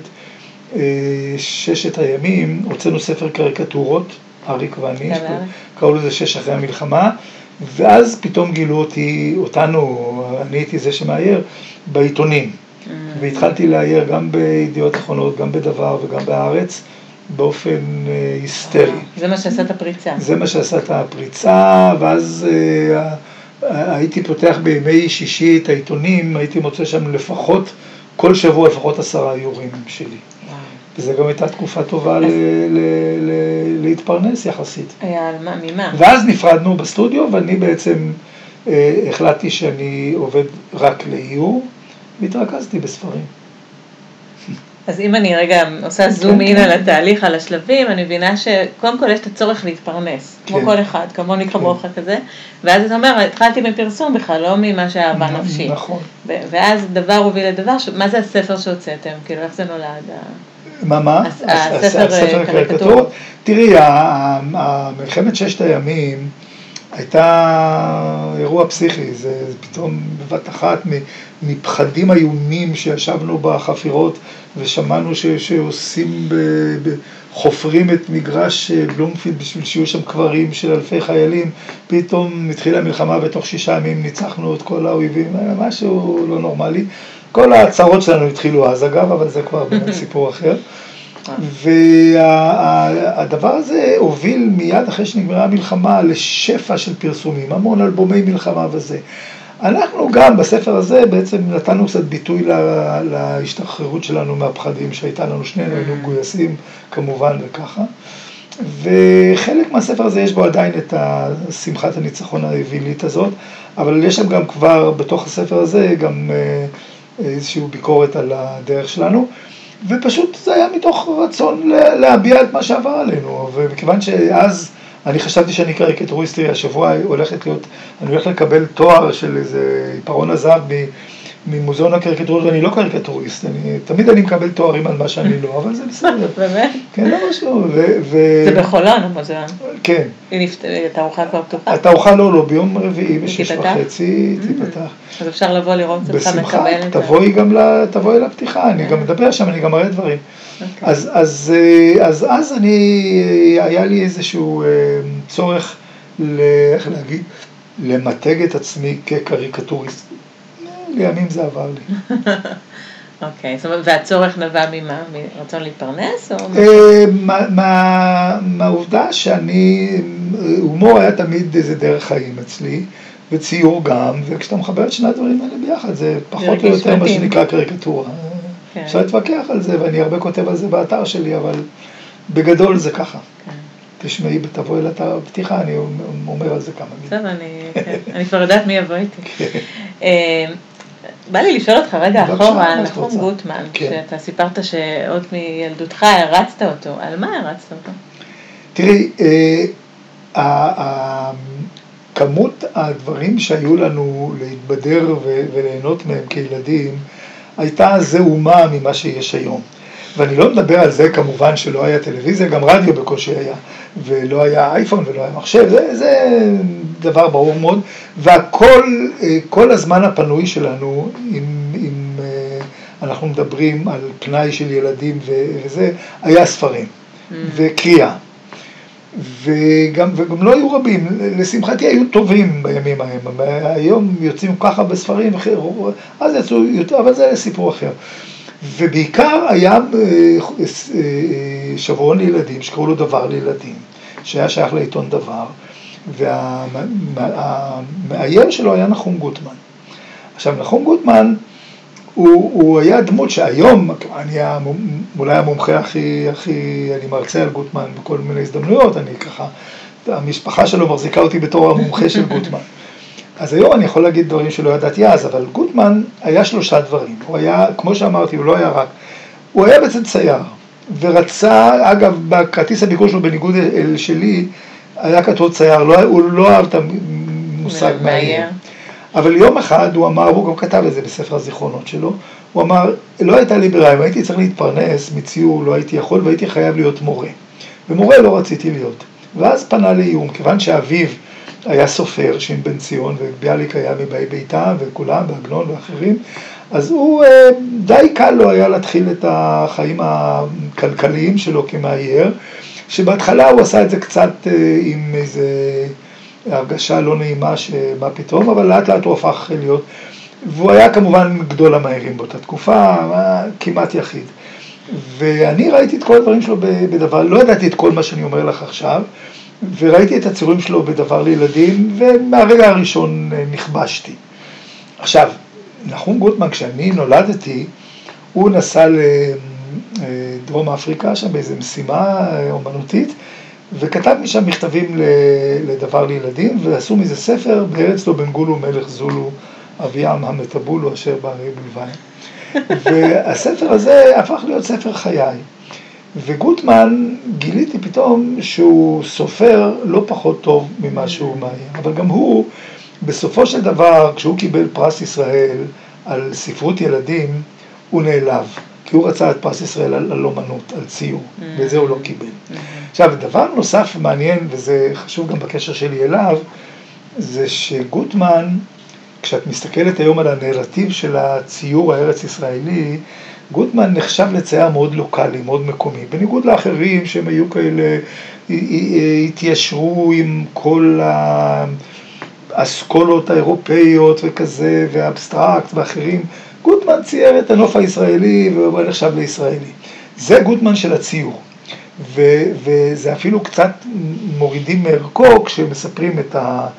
[SPEAKER 2] 6 הימים, הוצאנו ספר קריקטורות, אריק ואני, קראו לזה 6 אחרי המלחמה, ואז פתאום גילו אותנו, אני הייתי זה שמאייר, בעיתונים. והתחלתי לאייר גם בידיעות אחרונות, גם בדבר וגם בארץ, באופן היסטרי.
[SPEAKER 1] זה מה שעשה את הפריצה.
[SPEAKER 2] זה מה שעשה את הפריצה, ואז הייתי פותח בימי שישי את העיתונים, הייתי מוצא שם לפחות, כל שבוע לפחות 10 איורים שלי. וזה גם הייתה תקופה טובה להתפרנס יחסית.
[SPEAKER 1] ממה?
[SPEAKER 2] ואז נפרדנו בסטודיו, ואני בעצם החלטתי שאני עובד רק לאיור, והתרכזתי בספרים.
[SPEAKER 1] אז אם אני רגע עושה זום אין על התהליך, על השלבים, אני מבינה שקודם כל יש את הצורך להתפרנס, כמו כל אחד, כמוני כמוך כזה, ואז אתה אומר, התחלתי מפרסום בכלל, לא ממה שאהבה נפשי.
[SPEAKER 2] נכון.
[SPEAKER 1] ואז דבר הוביל לדבר, מה זה הספר שהוצאתם? כאילו, איך זה נולד?
[SPEAKER 2] מה? הספר קריקטורות. תראי, מלחמת 6 הימים הייתה אירוע פסיכי, זה פתאום בבת אחת מפחדים איומים שישבנו בחפירות ושמענו שעושים, חופרים את מגרש בלומפילד בשביל שיהיו שם קברים של אלפי חיילים, פתאום התחילה המלחמה בתוך 6 ימים, ניצחנו את כל האויבים, משהו לא נורמלי. כל הצרות שלנו התחילו אז אגב, אבל זה כבר באמת סיפור אחר. והדבר הזה הוביל מיד אחרי שנגמרה המלחמה לשפע של פרסומים, המון אלבומי מלחמה וזה. אנחנו גם בספר הזה בעצם נתנו קצת ביטוי להשתחררות שלנו מהפחדים שהייתה לנו, שנינו היינו מגויסים כמובן וככה. וחלק מהספר הזה יש בו עדיין את שמחת הניצחון האווילית הזאת, אבל יש שם גם כבר בתוך הספר הזה גם איזושהי ביקורת על הדרך שלנו. ופשוט זה היה מתוך רצון להביע את מה שעבר עלינו, ומכיוון שאז אני חשבתי שאני קריקטוריסטי, השבוע אני הולך לקבל תואר של איזה עיפרון הזהב ממוזיאון הקריקטורות, ואני לא קריקטוריסט, תמיד אני מקבל תוארים על מה שאני לא, אבל זה בסדר.
[SPEAKER 1] באמת?
[SPEAKER 2] כן, לא משהו.
[SPEAKER 1] זה בחולון המוזיאון.
[SPEAKER 2] כן.
[SPEAKER 1] התערוכה כבר פתוחה?
[SPEAKER 2] התערוכה לא, ביום רביעי ב6:30 תיפתח.
[SPEAKER 1] אז אפשר לבוא לראות אותך מקבל את זה.
[SPEAKER 2] בשמחה, תבואי לפתיחה, אני גם מדבר שם, אני גם מראה דברים. אז היה לי איזשהו צורך, איך להגיד, למתג את עצמי כקריקטוריסט. לימים זה עבר לי.
[SPEAKER 1] אוקיי, והצורך נבע ממה? מרצון להתפרנס?
[SPEAKER 2] מהעובדה הומור היה תמיד איזה דרך חיים אצלי, וציור גם, וכשאתה מחבר את שני הדברים האלה ביחד, זה פחות או יותר מה שנקרא קריקטורה. אפשר להתווכח על זה, ואני הרבה כותב על זה באתר שלי, אבל בגדול זה ככה. תשמעי, תבואי לאתר הפתיחה, אני אומר על זה כמה מילים.
[SPEAKER 1] טוב, אני כבר יודעת מי יבוא איתי. בא לי לשאול אותך רגע אחורה, נחום גוטמן, שאתה סיפרת שעוד מילדותך הרצת אותו, על מה הרצת אותו?
[SPEAKER 2] תראי, כמות הדברים שהיו לנו להתבדר וליהנות מהם כילדים, הייתה זעומה ממה שיש היום. ואני לא מדבר על זה כמובן שלא היה טלוויזיה, גם רדיו בקושי היה, ולא היה אייפון ולא היה מחשב, זה דבר ברור מאוד, והכל, כל הזמן הפנוי שלנו, אם אנחנו מדברים על פנאי של ילדים וזה, היה ספרים וקריאה. וגם לא היו רבים, לשמחתי היו טובים בימים ההם, היום יוצאים ככה בספרים, אז יצאו יותר, אבל זה סיפור אחר. ובעיקר היה שבועון לילדים שקראו לו דבר לילדים, שהיה שייך לעיתון דבר, והמאייר שלו היה נחום גוטמן. עכשיו נחום גוטמן הוא היה דמות שהיום, אני אולי המומחה הכי, אני מרצה על גוטמן בכל מיני הזדמנויות, אני ככה, המשפחה שלו מחזיקה אותי בתור המומחה של גוטמן. אז היום אני יכול להגיד דברים שלא ידעתי אז, אבל גוטמן היה 3 דברים. הוא היה, כמו שאמרתי, הוא לא היה רק, הוא היה בעצם צייר, ורצה, אגב, בכרטיס הביקור שלו בניגוד אל שלי, היה כתוב צייר, הוא לא אהב את המושג מאייר. אבל יום אחד הוא אמר, הוא גם כתב את זה בספר הזיכרונות שלו, הוא אמר, לא הייתה לי ברירה, אם הייתי צריך להתפרנס מציור, לא הייתי יכול, והייתי חייב להיות מורה. ומורה לא רציתי להיות. ואז פנה לאיום, כיוון שאביו היה סופר, שם בן ציון, וביאליק היה מבאי ביתה, וכולם, ועגנון ואחרים, אז הוא די קל לו היה להתחיל את החיים הכלכליים שלו כמאייר, שבהתחלה הוא עשה את זה קצת עם איזה הרגשה לא נעימה שמה פתאום, אבל לאט לאט הוא הפך להיות, והוא היה כמובן גדול המאיירים באותה תקופה, כמעט יחיד. ואני ראיתי את כל הדברים שלו בדבר, לא ידעתי את כל מה שאני אומר לך עכשיו, וראיתי את הציורים שלו בדבר לילדים, ומהרגע הראשון נכבשתי. עכשיו, נחום גוטמן, כשאני נולדתי, הוא נסע לדרום אפריקה, שם באיזו משימה אומנותית, וכתב משם מכתבים לדבר לילדים, ועשו מזה ספר, בארץ לו בן גולו מלך זולו, אביעם המטבולו אשר בערי בלביים. והספר הזה הפך להיות ספר חיי. וגוטמן, גיליתי פתאום שהוא סופר לא פחות טוב ממה שהוא מאייר, אבל גם הוא, בסופו של דבר, כשהוא קיבל פרס ישראל על ספרות ילדים, הוא נעלב, כי הוא רצה את פרס ישראל על אומנות, על ציור, וזה הוא לא קיבל. עכשיו, דבר נוסף מעניין, וזה חשוב גם בקשר שלי אליו, זה שגוטמן, כשאת מסתכלת היום על הנרטיב של הציור הארץ ישראלי, גוטמן נחשב לצייר מאוד לוקלי, מאוד מקומי, בניגוד לאחרים שהם היו כאלה, התיישרו עם כל האסכולות האירופאיות וכזה, והאבסטרקט ואחרים. גוטמן צייר את הנוף הישראלי והוא נחשב לישראלי. זה גוטמן של הציור, וזה אפילו קצת מורידים מערכו כשמספרים את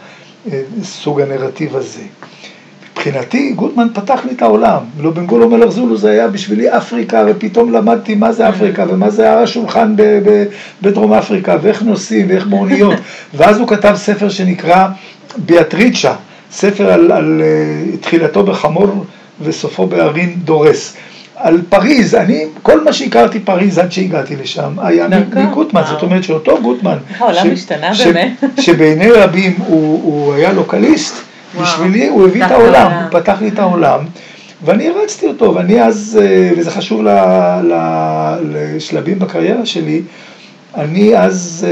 [SPEAKER 2] סוג הנרטיב הזה. מבחינתי, גוטמן פתח לי את העולם. לא בן גולו מלך זולו, זה היה בשבילי אפריקה, ופתאום למדתי מה זה אפריקה, ומה זה השולחן בדרום אפריקה, ואיך נוסעים, ואיך באוניות. ואז הוא כתב ספר שנקרא ביאטריצ'ה, ספר על תחילתו בחמור וסופו בערין דורס. על פריז, כל מה שהכרתי פריז עד שהגעתי לשם, היה מגוטמן, זאת אומרת שאותו גוטמן,
[SPEAKER 1] העולם השתנה באמת.
[SPEAKER 2] שבעיני רבים הוא היה לוקליסט, בשבילי הוא הביא את העולם, הוא פתח לי את העולם, ואני הרצתי אותו, ואני אז, וזה חשוב לשלבים בקריירה שלי, אני אז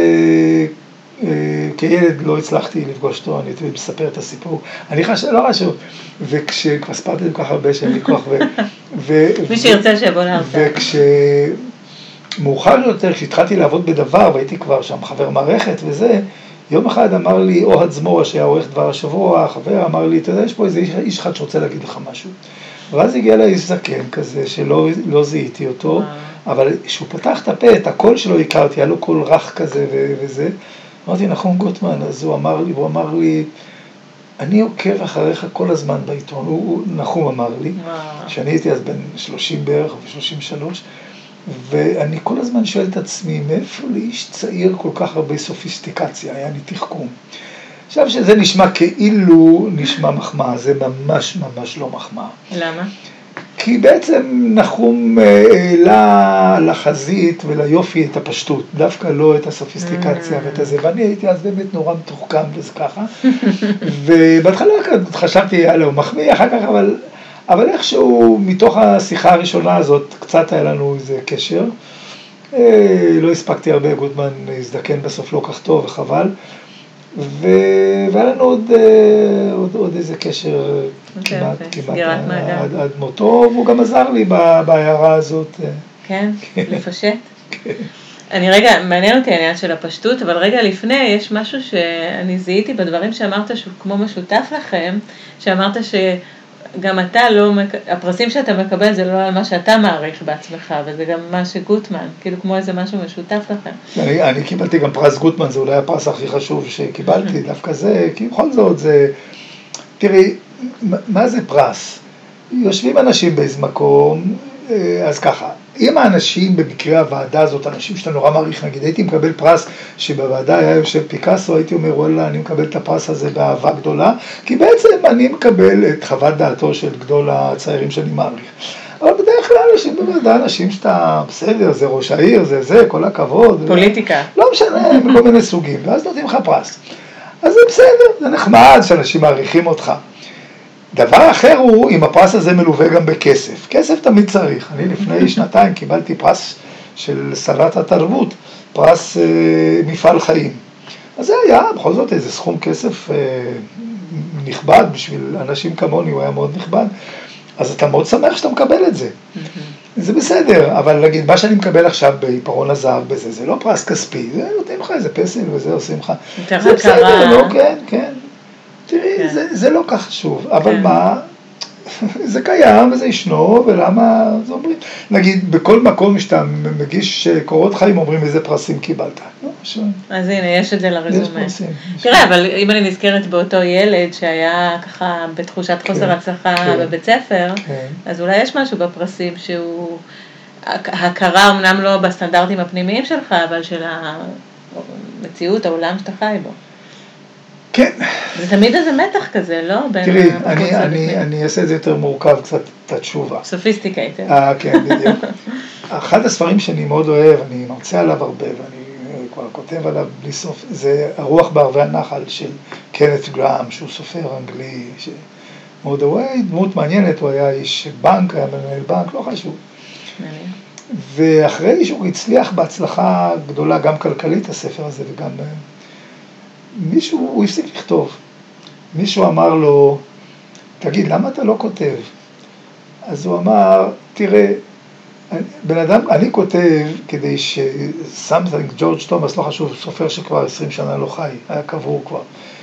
[SPEAKER 2] כילד לא הצלחתי לפגוש אותו, אני הייתי מספר את הסיפור, אני לא חשוב, וכשכבר ספרתי כל כך הרבה שאין לי כוח,
[SPEAKER 1] מי שירצה שיבוא להרצאה.
[SPEAKER 2] וכשמאוחר יותר, כשהתחלתי לעבוד בדבר, והייתי כבר שם חבר מערכת וזה, יום אחד אמר לי אוהד זמורה, שהיה עורך דבר השבוע, החבר אמר לי, אתה יודע, יש פה איזה איש אחד שרוצה להגיד לך משהו. ואז הגיע לה איש זקן כזה, שלא זיהיתי אותו, אבל כשהוא פתח את הפה, את הקול שלו הכרתי, היה לו קול רך כזה וזה, אמרתי, נחום גוטמן, אז הוא אמר לי, אני עוקב אחריך כל הזמן בעיתון, נחום אמר לי, שאני הייתי אז בן 30 בערך, או 33, ואני כל הזמן שואל את עצמי, מאיפה לאיש צעיר כל כך הרבה סופיסטיקציה, היה לי תחכום. עכשיו שזה נשמע כאילו נשמע מחמאה, זה ממש ממש לא מחמאה.
[SPEAKER 1] למה?
[SPEAKER 2] כי בעצם נחום העלה לחזית וליופי את הפשטות, דווקא לא את הסופיסטיקציה ואת הזה, ואני הייתי אז באמת נורא מתוחכם וזה ככה, ובהתחלה חשבתי, הוא מחמיא אחר כך, אבל איכשהו מתוך השיחה הראשונה הזאת קצת היה לנו איזה קשר, לא הספקתי הרבה, גוטמן הזדקן בסוף לא כך טוב וחבל, והיה לנו עוד איזה קשר כמעט עד מותו, והוא גם עזר לי בהערה הזאת.
[SPEAKER 1] כן, לפשט. אני רגע, מעניין אותי העניין של הפשטות, אבל רגע לפני יש משהו שאני זיהיתי בדברים שאמרת שהוא כמו משותף לכם, שאמרת שגם אתה לא, הפרסים שאתה מקבל זה לא על מה שאתה מעריך בעצמך, וזה גם מה שגוטמן, כאילו כמו איזה משהו משותף לכם.
[SPEAKER 2] אני קיבלתי גם פרס גוטמן, זה אולי הפרס הכי חשוב שקיבלתי, דווקא זה, כי בכל זאת זה, תראי, מה זה פרס? יושבים אנשים באיזה מקום, אז ככה, אם האנשים במקרה הוועדה הזאת, אנשים שאתה נורא מעריך, נגיד, הייתי מקבל פרס שבוועדה היה יושב פיקאסו, הייתי אומר, וואלה, אני מקבל את הפרס הזה באהבה גדולה, כי בעצם אני מקבל את חוות דעתו של גדול הצעירים שאני מעריך. אבל בדרך כלל אנשים בוועדה, אנשים שאתה בסדר, זה ראש העיר, זה, כל הכבוד.
[SPEAKER 1] פוליטיקה.
[SPEAKER 2] לא משנה, בכל מיני סוגים, ואז נותנים לך פרס. אז זה בסדר, זה נחמד שאנשים מעריכים אותך. דבר אחר הוא, אם הפרס הזה מלווה גם בכסף. כסף תמיד צריך. אני לפני שנתיים קיבלתי פרס של שרת התרבות, פרס מפעל חיים. אז זה היה בכל זאת איזה סכום כסף נכבד, בשביל אנשים כמוני הוא היה מאוד נכבד, אז אתה מאוד שמח שאתה מקבל את זה. זה בסדר, אבל נגיד, מה שאני מקבל עכשיו בעיפרון הזהב בזה, זה לא פרס כספי, זה נותנים לך איזה פסל וזה עושים לך. זה בסדר, לא, כן. תראי, זה לא כך חשוב, אבל מה, זה קיים וזה ישנו, ולמה, זה אומרים, נגיד, בכל מקום שאתה מגיש קורות חיים, אומרים איזה פרסים קיבלת.
[SPEAKER 1] אז הנה, יש את זה לרזומה. תראה, אבל אם אני נזכרת באותו ילד שהיה ככה בתחושת חוסר הצלחה בבית ספר, אז אולי יש משהו בפרסים שהוא, הכרה אמנם לא בסטנדרטים הפנימיים שלך, אבל של המציאות, העולם שאתה חי בו.
[SPEAKER 2] כן.
[SPEAKER 1] זה תמיד איזה מתח כזה, לא?
[SPEAKER 2] תראי, אני אעשה את זה יותר מורכב, קצת את התשובה.
[SPEAKER 1] סופיסטיקייטד.
[SPEAKER 2] כן, בדיוק. אחד הספרים שאני מאוד אוהב, אני מרצה עליו הרבה, ואני כבר כותב עליו בלי סוף, זה הרוח בערבי הנחל של קנת גראם, שהוא סופר אנגלי, שמאוד אוהב, דמות מעניינת, הוא היה איש בנק, היה מנהל בנק, לא חשוב.
[SPEAKER 1] מעניין.
[SPEAKER 2] ואחרי שהוא הצליח בהצלחה גדולה, גם כלכלית הספר הזה, וגם מישהו, הוא הפסיק לכתוב. מישהו אמר לו, תגיד, למה אתה לא כותב? אז הוא אמר, תראה, בן אדם, אני כותב כדי something, ג'ורג' תומאס, לא חשוב, סופר שכבר 20 שנה לא חי, היה קבור כבר,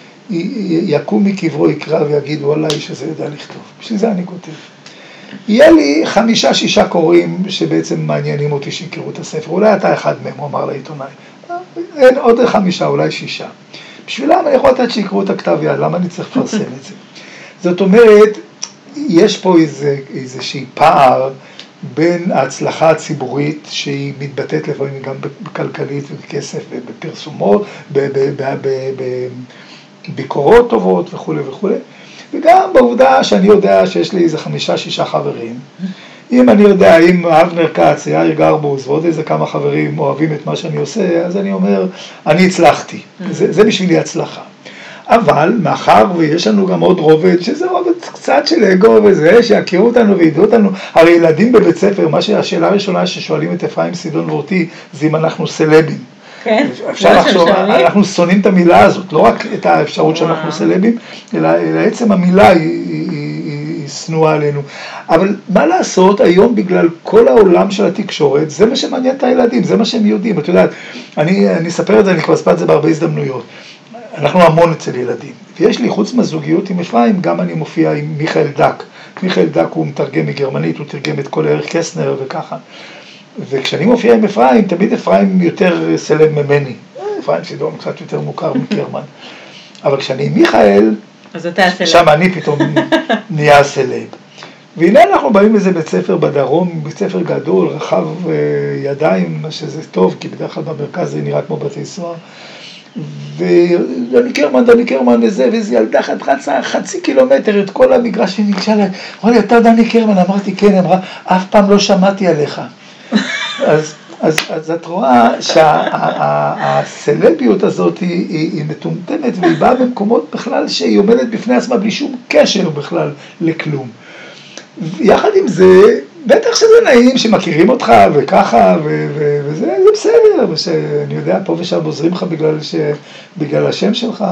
[SPEAKER 2] יקום מקברו, יקרא ויגיד, וואלה, איש הזה יודע לכתוב. בשביל זה אני כותב. יהיה לי 5-6 קוראים שבעצם מעניינים אותי שיקראו את הספר. אולי אתה אחד מהם, הוא אמר לעיתונאי. אין עוד 5, אולי 6. בשבילם אני יכול לתת שיקראו את הכתב יד, למה אני צריך לפרסם את זה? זאת אומרת, יש פה איזושהי פער בין ההצלחה הציבורית שהיא מתבטאת לפעמים גם בכלכלית ובכסף ובפרסומות, בביקורות טובות וכו' וכו', וגם בעובדה שאני יודע שיש לי איזה 5-6 חברים. אם אני יודע, אם אבנר כץ, יאיר גרבוז ועוד איזה כמה חברים אוהבים את מה שאני עושה, אז אני אומר, אני הצלחתי. זה בשבילי הצלחה. אבל מאחר ויש לנו גם עוד רובד, שזה רובד קצת של אגו וזה, שיכירו אותנו וידעו אותנו, הרי ילדים בבית ספר, השאלה הראשונה ששואלים את אפרים סידון ואותי, זה אם אנחנו סלבים.
[SPEAKER 1] כן,
[SPEAKER 2] אפשר לחשוב, אנחנו שונאים את המילה הזאת, לא רק את האפשרות שאנחנו סלבים, אלא עצם המילה היא שנואה עלינו. אבל מה לעשות היום בגלל כל העולם של התקשורת, זה מה שמעניין את הילדים, זה מה שהם יודעים. את יודעת, אני אספר את זה, אני כבר אספר את זה בהרבה הזדמנויות. אנחנו המון אצל ילדים, ויש לי חוץ מהזוגיות עם אפרים, גם אני מופיע עם מיכאל דק. מיכאל דק הוא מתרגם מגרמנית, הוא תרגם את כל ערך קסנר וככה. וכשאני מופיע עם אפרים, תמיד אפרים יותר סלב ממני. אפרים סידון קצת יותר מוכר מקרמן. אבל כשאני עם מיכאל, שם אני פתאום נהיה סלב. והנה אנחנו באים לזה בית ספר בדרום, בית ספר גדול, רחב ידיים, שזה טוב, כי בדרך כלל במרכז זה נראה כמו בתי סוהר. ודני קרמן וזה ילדה חצי קילומטר את כל המגרש וניגשה לה, אמרה לי, אתה דני קרמן? אמרתי, כן, אמרה, אף פעם לא שמעתי עליך. אז את רואה שהסלביות הזאת היא מטומטמת, והיא באה במקומות בכלל שהיא עומדת בפני עצמה בלי שום קשר בכלל לכלום. יחד עם זה, בטח שזה נעים שמכירים אותך וככה, וזה זה בסדר, ושאני יודע, פה ושם עוזרים לך בגלל השם שלך,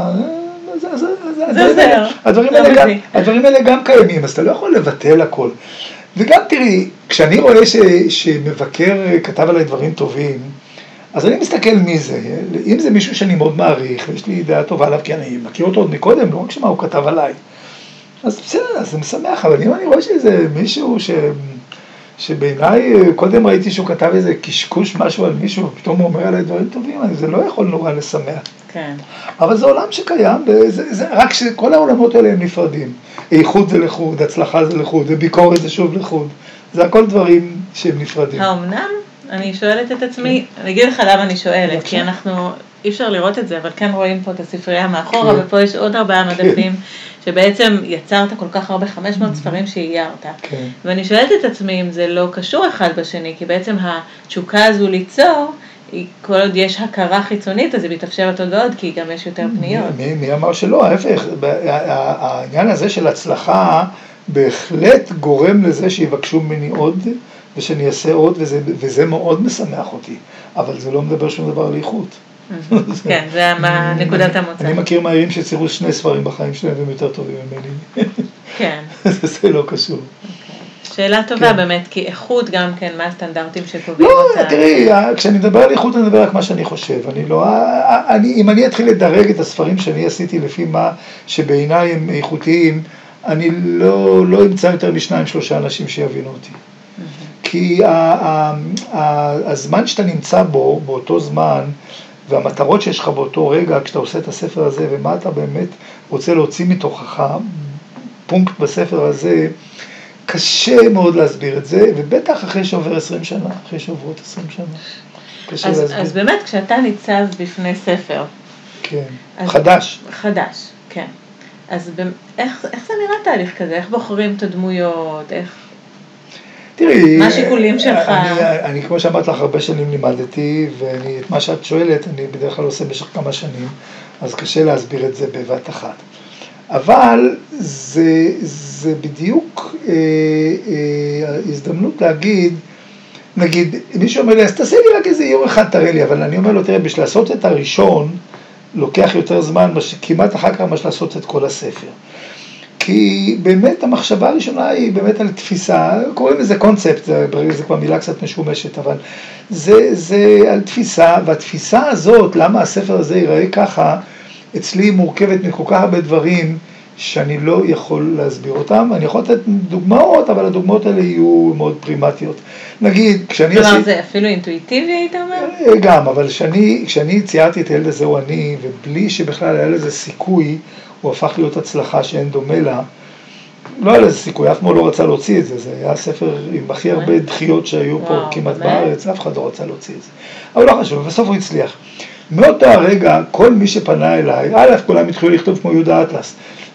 [SPEAKER 2] הדברים האלה גם קיימים, אז אתה לא יכול לבטל הכל. וגם תראי, כשאני רואה שמבקר כתב עליי דברים טובים, אז אני מסתכל מי זה, אם זה מישהו שאני מאוד מעריך, ויש לי דעה טובה עליו, כי אני מכיר אותו עוד מקודם, לא רק שמה הוא כתב עליי, אז בסדר, אז זה משמח, אבל אם אני רואה שזה מישהו שבעיניי, קודם ראיתי שהוא כתב איזה קשקוש משהו על מישהו, ופתאום הוא אומר עליי דברים טובים, זה לא יכול נורא לשמח.
[SPEAKER 1] כן.
[SPEAKER 2] אבל זה עולם שקיים, רק שכל העולמות האלה הם נפרדים. איכות זה לחוד, הצלחה זה לחוד, וביקורת זה שוב לחוד. זה הכל דברים שהם נפרדים.
[SPEAKER 1] האמנם? אני שואלת את עצמי, אני אגיד לך למה אני שואלת, כי אנחנו, אי אפשר לראות את זה, אבל כן רואים פה את הספרייה מאחורה, ופה יש עוד 4 מדפים, שבעצם יצרת כל כך הרבה 500 ספרים שאיירת. ואני שואלת את עצמי אם זה לא קשור אחד בשני, כי בעצם התשוקה הזו ליצור, כל עוד יש הכרה חיצונית, אז היא מתאפשרת עוד ועוד, כי גם יש יותר פניות.
[SPEAKER 2] מי אמר שלא? ההפך, העניין הזה של הצלחה בהחלט גורם לזה שיבקשו ממני עוד, ושאני אעשה עוד, וזה מאוד משמח אותי. אבל זה לא מדבר שום דבר על איכות.
[SPEAKER 1] כן, זה נקודת המוצא.
[SPEAKER 2] אני מכיר מהירים שציירו 2 ספרים בחיים שלהם, והם יותר טובים ממני.
[SPEAKER 1] כן.
[SPEAKER 2] זה לא קשור.
[SPEAKER 1] שאלה טובה באמת, כי איכות גם כן, מה הסטנדרטים שקובעים אותה?
[SPEAKER 2] לא, תראי, כשאני מדבר על איכות, אני מדבר רק מה שאני חושב. אם אני אתחיל לדרג את הספרים שאני עשיתי לפי מה שבעיניי הם איכותיים, אני לא אמצא יותר מ2-3 אנשים שיבינו אותי. כי הזמן שאתה נמצא בו, באותו זמן, והמטרות שיש לך באותו רגע, כשאתה עושה את הספר הזה, ומה אתה באמת רוצה להוציא מתוכך, פונקט בספר הזה, קשה מאוד להסביר את זה, ובטח אחרי שעובר 20 שנה, אחרי שעוברות 20 שנה. קשה להסביר.
[SPEAKER 1] אז באמת, כשאתה ניצב בפני ספר.
[SPEAKER 2] כן, חדש.
[SPEAKER 1] חדש, כן. אז איך זה נראה תהליך כזה? איך בוחרים את הדמויות?
[SPEAKER 2] תראי,
[SPEAKER 1] מה השיקולים שלך?
[SPEAKER 2] אני כמו שאמרת לך, הרבה שנים לימדתי, ואת מה שאת שואלת, אני בדרך כלל עושה במשך כמה שנים, אז קשה להסביר את זה בבת אחת. אבל זה בדיוק הזדמנות להגיד, נגיד, מישהו אומר לי, אז תעשה לי רק איזה איור אחד, תראה לי, אבל אני אומר לו, תראה, בשביל לעשות את הראשון, לוקח יותר זמן, כמעט אחר כך מה לעשות את כל הספר. כי באמת המחשבה הראשונה היא באמת על תפיסה, קוראים לזה קונספט, זה כבר מילה קצת משומשת, אבל זה על תפיסה, והתפיסה הזאת, למה הספר הזה ייראה ככה, אצלי היא מורכבת מכל כך הרבה דברים שאני לא יכול להסביר אותם. אני יכול לתת דוגמאות, אבל הדוגמאות האלה יהיו מאוד פרימטיות. נגיד, כשאני
[SPEAKER 1] כלומר, זה אפילו אינטואיטיבי, היית אומר?
[SPEAKER 2] גם, אבל כשאני ציירתי את הילד הזה הוא אני, ובלי שבכלל היה לזה סיכוי, הוא הפך להיות הצלחה שאין דומה לה. לא היה לזה סיכוי, אף אחד לא רצה להוציא את זה. זה היה ספר עם הכי הרבה דחיות שהיו פה כמעט בארץ, אף אחד לא רצה להוציא את זה. אבל לא חשוב, בסוף הוא הצליח. מאותו הרגע, כל מי שפנה אליי, כולם התחילו לכתוב כמו יהודה אטלס,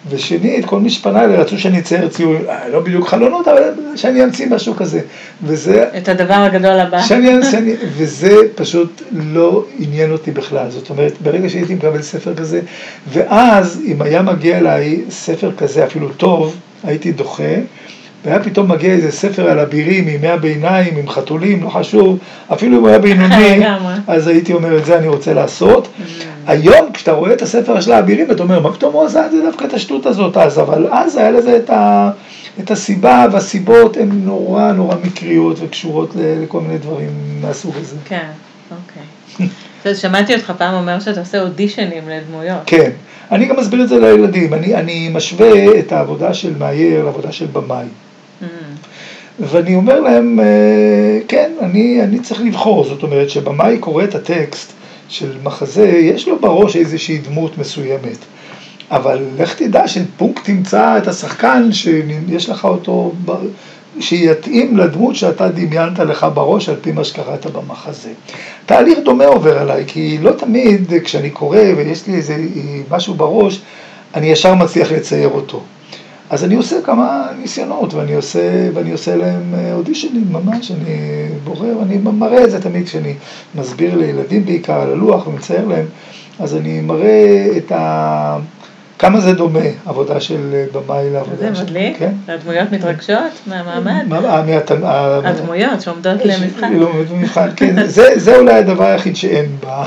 [SPEAKER 2] ושנית, כל מי שפנה אליי רצו שאני אצייר ציורים, לא בדיוק חלונות, אבל שאני אמציא משהו כזה. וזה...
[SPEAKER 1] את הדבר הגדול הבא.
[SPEAKER 2] וזה פשוט לא עניין אותי בכלל. זאת אומרת, ברגע שהייתי מקבל ספר כזה, ואז אם היה מגיע אליי ספר כזה, אפילו טוב, הייתי דוחה, והיה פתאום מגיע איזה ספר על אבירים, מימי הביניים, עם חתולים, לא חשוב, אפילו אם הוא היה בינוני, אז הייתי אומר, את זה אני רוצה לעשות. היום, כשאתה רואה את הספר של האבירים, אתה אומר, מה פתאום הוא עשה את זה דווקא את השטות הזאת אז, אבל אז היה לזה את הסיבה, והסיבות הן נורא נורא מקריות וקשורות לכל מיני דברים מהסוג הזה.
[SPEAKER 1] כן, אוקיי. אז שמעתי אותך פעם אומר שאתה עושה אודישנים לדמויות.
[SPEAKER 2] כן, אני גם מסביר את זה לילדים, אני משווה את העבודה של מאייר לעבודה של במאי. ואני אומר להם, כן, אני צריך לבחור, זאת אומרת שבמאי קורא את הטקסט של מחזה, יש לו בראש איזושהי דמות מסוימת, אבל לך תדע שפונקט תמצא את השחקן שיש לך אותו, שיתאים לדמות שאתה דמיינת לך בראש על פי מה שקראת במחזה. תהליך דומה עובר עליי, כי לא תמיד כשאני קורא ויש לי איזה משהו בראש, אני ישר מצליח לצייר אותו. אז אני עושה כמה ניסיונות, ואני עושה להם אודישנים ממש, אני בוחר, אני מראה את זה תמיד כשאני מסביר לילדים בעיקר על הלוח ומצייר להם, אז אני מראה כמה זה דומה, עבודה של במאי לעבודה של...
[SPEAKER 1] זה מדליק? כן? הדמויות מתרגשות מהמעמד? הדמויות שעומדות למבחן.
[SPEAKER 2] כן, זה אולי הדבר היחיד שאין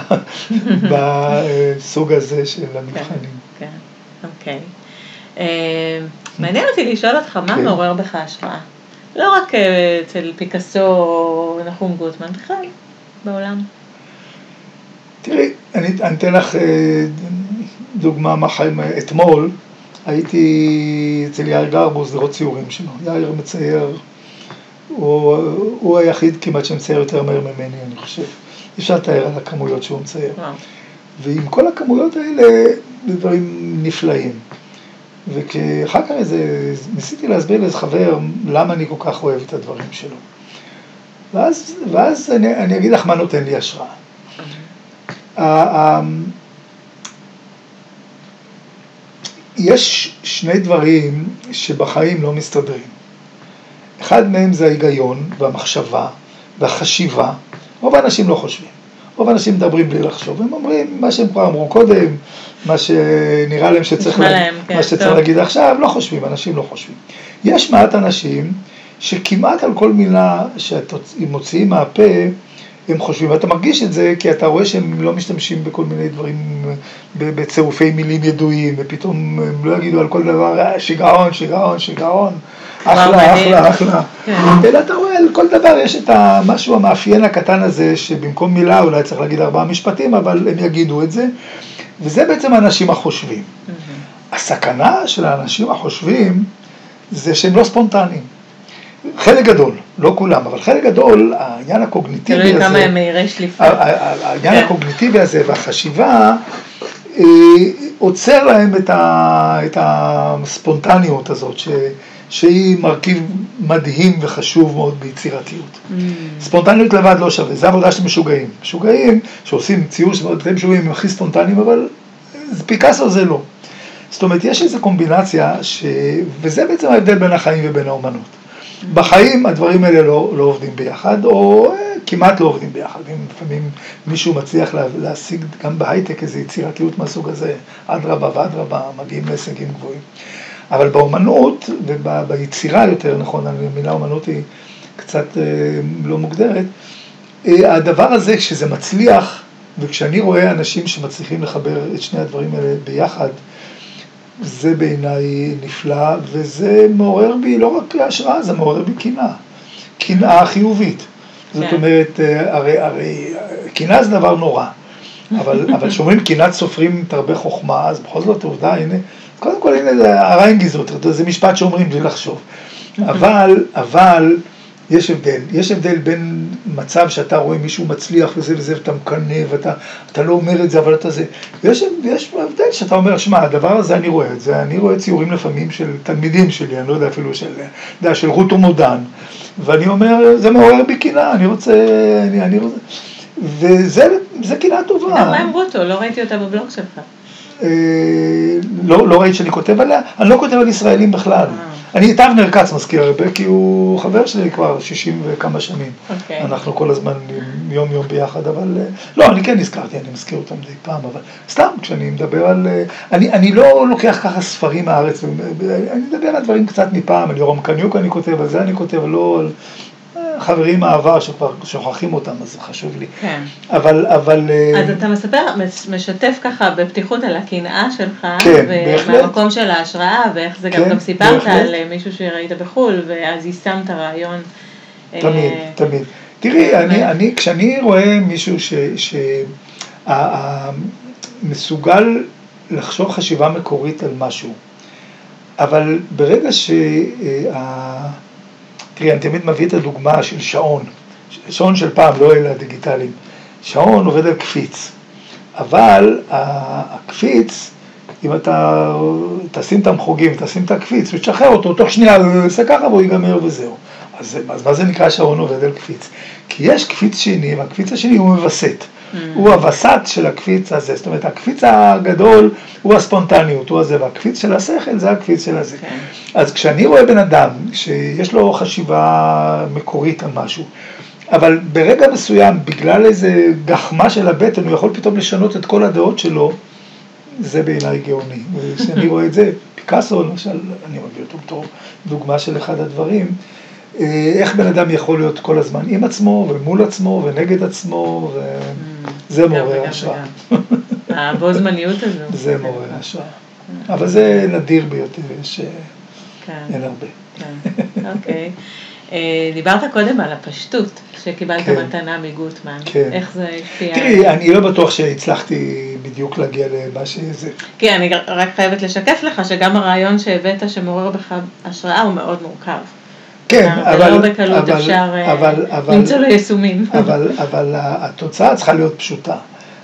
[SPEAKER 2] בסוג הזה של המבחנים.
[SPEAKER 1] כן, אוקיי. מעניין אותי לשאול אותך, מה מעורר בך השראה? לא רק אצל פיקאסו או נחום גוטמן, בכלל, בעולם.
[SPEAKER 2] תראי, אני אתן לך דוגמה מהחיים. אתמול הייתי אצל יאיר גרבוז לראות ציורים שלו. יאיר מצייר, הוא היחיד כמעט שמצייר יותר מהר ממני, אני חושב. אפשר לתאר על הכמויות שהוא מצייר. ועם כל הכמויות האלה, דברים נפלאים. וכשאחר כך ניסיתי להסביר לאיזה חבר למה אני כל כך אוהב את הדברים שלו. ואז אני אגיד לך מה נותן לי השראה. יש שני דברים שבחיים לא מסתדרים. אחד מהם זה ההיגיון והמחשבה והחשיבה. רוב האנשים לא חושבים. רוב האנשים מדברים בלי לחשוב. הם אומרים מה שהם כבר אמרו קודם, מה שנראה להם שצריך להגיד עכשיו, לא חושבים, אנשים לא חושבים. יש מעט אנשים שכמעט על כל מילה שאתם מוציאים מהפה, הם חושבים, ואתה מרגיש את זה כי אתה רואה שהם לא משתמשים בכל מיני דברים, בצירופי מילים ידועים, ופתאום הם לא יגידו על כל דבר, שיגעון, שיגעון, שיגעון, אחלה. אלא אתה רואה על כל דבר יש את המשהו המאפיין הקטן הזה, שבמקום מילה אולי צריך להגיד 4 משפטים, אבל הם יגידו את זה, וזה בעצם האנשים החושבים. הסכנה של האנשים החושבים זה שהם לא ספונטניים. חלק גדול, לא כולם, אבל חלק גדול, העניין הקוגניטיבי הזה,
[SPEAKER 1] כמה הם מהירי שליפה.
[SPEAKER 2] העניין הקוגניטיבי הזה והחשיבה, עוצר להם את הספונטניות הזאת, שהיא מרכיב מדהים וחשוב מאוד ביצירתיות. ספונטניות לבד לא שווה, זה עבודה של משוגעים. משוגעים שעושים ציור שאתם משוגעים הם הכי ספונטניים, אבל פיקאסו זה לא. זאת אומרת, יש איזו קומבינציה, וזה בעצם ההבדל בין החיים ובין האומנות. בחיים הדברים האלה לא עובדים ביחד, או כמעט לא עובדים ביחד. לפעמים מישהו מצליח להשיג גם בהייטק איזו יצירתיות מהסוג הזה, אדרבה ואדרבה, מגיעים להישגים גבוהים. אבל באומנות, וביצירה יותר נכון, המילה אומנות היא קצת לא מוגדרת, הדבר הזה כשזה מצליח, וכשאני רואה אנשים שמצליחים לחבר את שני הדברים האלה ביחד, זה בעיניי נפלא, וזה מעורר בי לא רק השראה, זה מעורר בי קנאה. קנאה חיובית. זאת אומרת, הרי קנאה זה דבר נורא. אבל שאומרים קנאת סופרים תרבה חוכמה, אז בכל זאת עובדה, הנה, קודם כל הנה זה הריינגיזות, זה משפט שאומרים בלי לחשוב. אבל יש הבדל בין מצב שאתה רואה מישהו מצליח וזה ואתה מקנא ואתה לא אומר את זה, אבל אתה זה. יש הבדל שאתה אומר, שמע, הדבר הזה אני רואה את זה, אני רואה ציורים לפעמים של תלמידים שלי, אני לא יודע אפילו של רות ומודן, ואני אומר, זה מעורר בי קנאה, אני רוצה, וזה קנאה טובה.
[SPEAKER 1] מה עם רוטו? לא ראיתי אותה בבלוג שלך.
[SPEAKER 2] לא ראית שאני כותב עליה, אני לא כותב על ישראלים בכלל. אני את אבנר כץ מזכיר הרבה, כי הוא חבר שלי כבר 60 וכמה שנים. אנחנו כל הזמן יום ביחד, אבל לא, אני כן הזכרתי, אני מזכיר אותם די פעם, אבל סתם, כשאני מדבר על... אני לא לוקח ככה ספרים מהארץ, אני מדבר על דברים קצת מפעם, על יורם קניוק אני כותב, על זה אני כותב, לא על... חברים מהעבר שכבר שוכחים אותם, אז זה חשוב לי.
[SPEAKER 1] כן.
[SPEAKER 2] אבל...
[SPEAKER 1] אז אתה משתף ככה בפתיחות על הקנאה שלך,
[SPEAKER 2] כן, בהחלט.
[SPEAKER 1] ומהמקום של ההשראה, ואיך זה גם סיפרת על מישהו שראית בחול, ואז יישמת רעיון.
[SPEAKER 2] תמיד. תראי, כשאני רואה מישהו מסוגל לחשוב חשיבה מקורית על משהו, אבל ברגע תראי, אני תמיד מביא את הדוגמה של שעון. שעון של פעם, לא אלה הדיגיטליים. שעון עובד על קפיץ. אבל הקפיץ, אם אתה תשים את המחוגים, תשים את הקפיץ, ותשחרר אותו, תוך שנייה הוא יעשה ככה והוא ייגמר וזהו. אז מה זה נקרא שעון עובד על קפיץ? כי יש קפיץ שני, והקפיץ השני הוא מבסט. הוא הווסת של הקפיץ הזה, זאת אומרת, הקפיץ הגדול הוא הספונטניות, הוא הזה, והקפיץ של השכל זה הקפיץ של הזה. אז כשאני רואה בן אדם שיש לו חשיבה מקורית על משהו, אבל ברגע מסוים, בגלל איזה גחמה של הבטן, הוא יכול פתאום לשנות את כל הדעות שלו, זה בעיניי גאוני. כשאני רואה את זה, פיקאסו, למשל, אני מביא אותו בתור דוגמה של אחד הדברים, איך בן אדם יכול להיות כל הזמן עם עצמו ומול עצמו ונגד עצמו, וזה מעורר השראה.
[SPEAKER 1] בו זמניות הזו.
[SPEAKER 2] זה מעורר השראה. אבל זה נדיר ביותר, אין הרבה.
[SPEAKER 1] אוקיי. דיברת קודם על הפשטות שקיבלת מתנה מגוטמן. איך זה השפיע?
[SPEAKER 2] תראי, אני לא בטוח שהצלחתי בדיוק להגיע למה שזה.
[SPEAKER 1] כן, אני רק חייבת לשקף לך שגם הרעיון שהבאת שמעורר בך השראה הוא מאוד מורכב.
[SPEAKER 2] כן, אבל...
[SPEAKER 1] לא בקלות אפשר למצוא לו יישומים.
[SPEAKER 2] אבל התוצאה צריכה להיות פשוטה.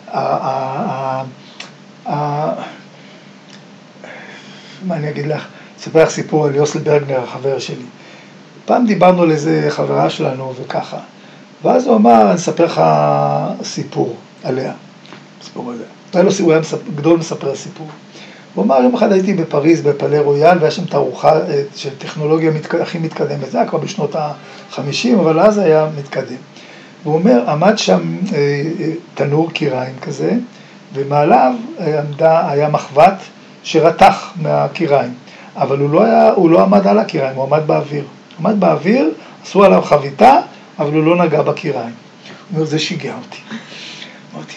[SPEAKER 2] מה אני אגיד לך? אספר לך סיפור על יוסל ברגנר, החבר שלי. פעם דיברנו על איזה חברה שלנו וככה. ואז הוא אמר, אני אספר לך סיפור עליה. סיפור עליה. הוא היה גדול מספר סיפור. הוא אמר, יום אחד הייתי בפריז, בפאלה רויאל, והיה שם תערוכה של טכנולוגיה הכי מתקדמת. זה היה כבר בשנות ה-50, אבל אז היה מתקדם. והוא אומר, עמד שם תנור קיריים כזה, ומעליו היה מחבת שרתח מהקיריים. אבל הוא לא עמד על הקיריים, הוא עמד באוויר. הוא עמד באוויר, עשו עליו חביתה, אבל הוא לא נגע בקיריים. הוא אומר, זה שיגע אותי. אמרתי,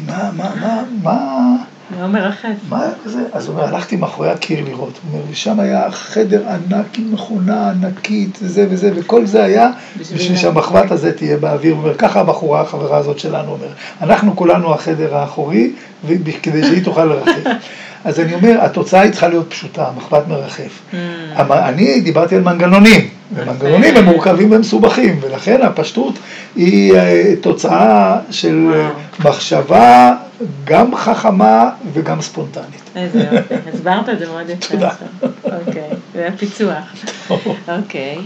[SPEAKER 2] מה
[SPEAKER 1] אומר אחת.
[SPEAKER 2] מה זה? אז הוא אומר, הלכתי מאחורי הקיר לראות. הוא אומר, ושם היה חדר ענק עם מכונה ענקית וזה וזה, וכל זה היה בשביל שהמחבת הזה תהיה באוויר. הוא אומר, ככה הבחורה, החברה הזאת שלנו, אומר, אנחנו כולנו החדר האחורי, כדי שהיא תוכל לרחף. אז אני אומר, התוצאה היא צריכה להיות פשוטה, מחבת מרחף. אני דיברתי על מנגנונים, ומנגנונים הם מורכבים ומסובכים, ולכן הפשטות היא תוצאה של מחשבה גם חכמה וגם ספונטנית.
[SPEAKER 1] איזה יופי, הסברת את זה מאוד יפה.
[SPEAKER 2] תודה.
[SPEAKER 1] אוקיי, זה היה פיצוח. אוקיי.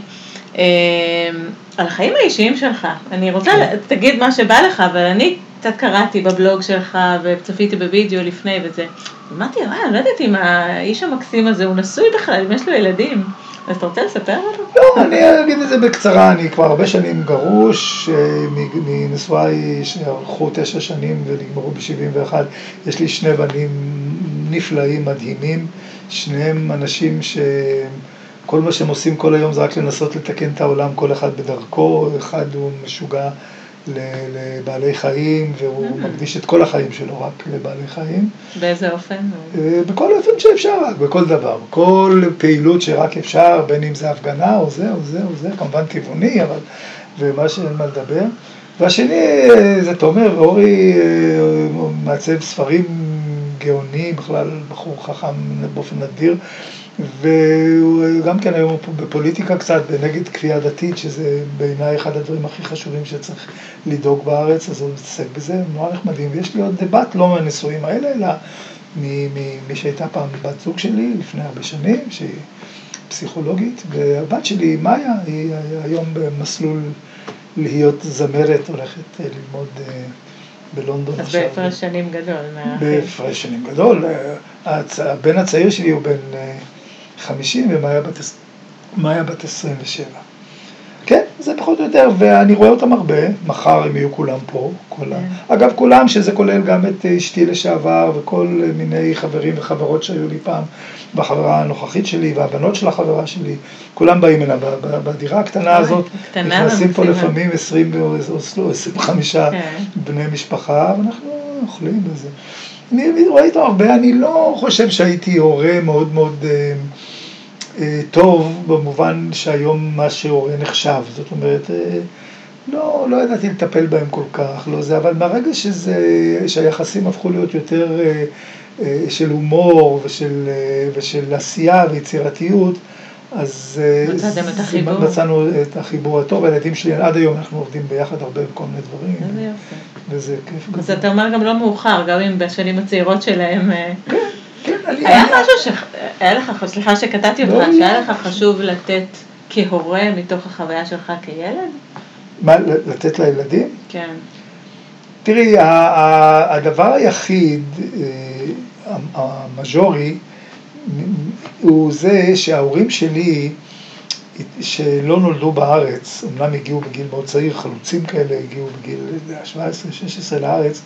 [SPEAKER 1] על החיים האישיים שלך, אני רוצה, תגיד מה שבא לך, אבל אני קצת קראתי בבלוג שלך וצפיתי בווידאו לפני וזה. אמרתי, אני לא יודעת אם האיש המקסים הזה הוא נשוי בכלל, אם יש לו ילדים. אז אתה רוצה לספר לנו?
[SPEAKER 2] לא, אני אגיד את זה בקצרה, אני כבר הרבה שנים גרוש, מנשואי שערכו 9 שנים ונגמרו ב-71, יש לי 2 בנים נפלאים, מדהימים, שניהם אנשים שכל מה שהם עושים כל היום זה רק לנסות לתקן את העולם, כל אחד בדרכו, אחד הוא משוגע לבעלי חיים, והוא מקדיש את כל החיים שלו רק לבעלי חיים.
[SPEAKER 1] באיזה אופן?
[SPEAKER 2] בכל אופן שאפשר, רק בכל דבר. כל פעילות שרק אפשר, בין אם זה הפגנה או זה, כמובן טבעוני, אבל ומה שאין מה לדבר. והשני זה תומר, אורי מעצב ספרים גאוני, בכלל בחור חכם באופן נדיר, וגם כן היום פה בפוליטיקה קצת, בנגד כפייה דתית, שזה בעיניי אחד הדברים הכי חשובים שצריך לדאוג בארץ, אז הוא מתעסק בזה, נורא נחמדים. ויש לי עוד דבט, לא מהנישואים האלה, אלא ממי שהייתה פעם בת זוג שלי, לפני הרבה שנים, שהיא פסיכולוגית, והבת שלי, מאיה, היא היום במסלול להיות זמרת, הולכת ללמוד בלונדון
[SPEAKER 1] אז
[SPEAKER 2] עכשיו.
[SPEAKER 1] בהפרש שנים גדול.
[SPEAKER 2] בהפרש שנים גדול. הבן הצעיר שלי הוא בן 50 ומאיה בת 27. כן, זה פחות או יותר, ואני רואה אותם הרבה, מחר הם יהיו כולם פה, אגב כולם, שזה כולל גם את אשתי לשעבר, וכל מיני חברים וחברות שהיו לי פעם, בחברה הנוכחית שלי, והבנות של החברה שלי, כולם באים אליו, בדירה הקטנה הזאת, נכנסים פה לפעמים 20 או 25 בני משפחה, ואנחנו אוכלים בזה. אני רואה איתו הרבה, אני לא חושב שהייתי הורה מאוד מאוד טוב, במובן שהיום מה שהורה נחשב, זאת אומרת, לא ידעתי לטפל בהם כל כך, לא זה, אבל מהרגע שהיחסים הפכו להיות יותר של הומור ושל עשייה ויצירתיות, אז מצאנו את החיבור הטוב. הילדים שלי, עד היום אנחנו עובדים ביחד הרבה בכל מיני דברים, וזה כיף.
[SPEAKER 1] אז אתה אומר גם לא מאוחר, גם אם בשנים הצעירות שלהם.
[SPEAKER 2] כן,
[SPEAKER 1] היה משהו שהיה לך, סליחה שקטעתי אותך, שהיה לך חשוב לתת כהורה מתוך החוויה שלך כילד?
[SPEAKER 2] מה, לתת לילדים?
[SPEAKER 1] כן.
[SPEAKER 2] תראי, הדבר היחיד, המז'ורי, הוא זה שההורים שלי, שלא נולדו בארץ, אמנם הגיעו בגיל מאוד צעיר, חלוצים כאלה, הגיעו בגיל 17-16 לארץ,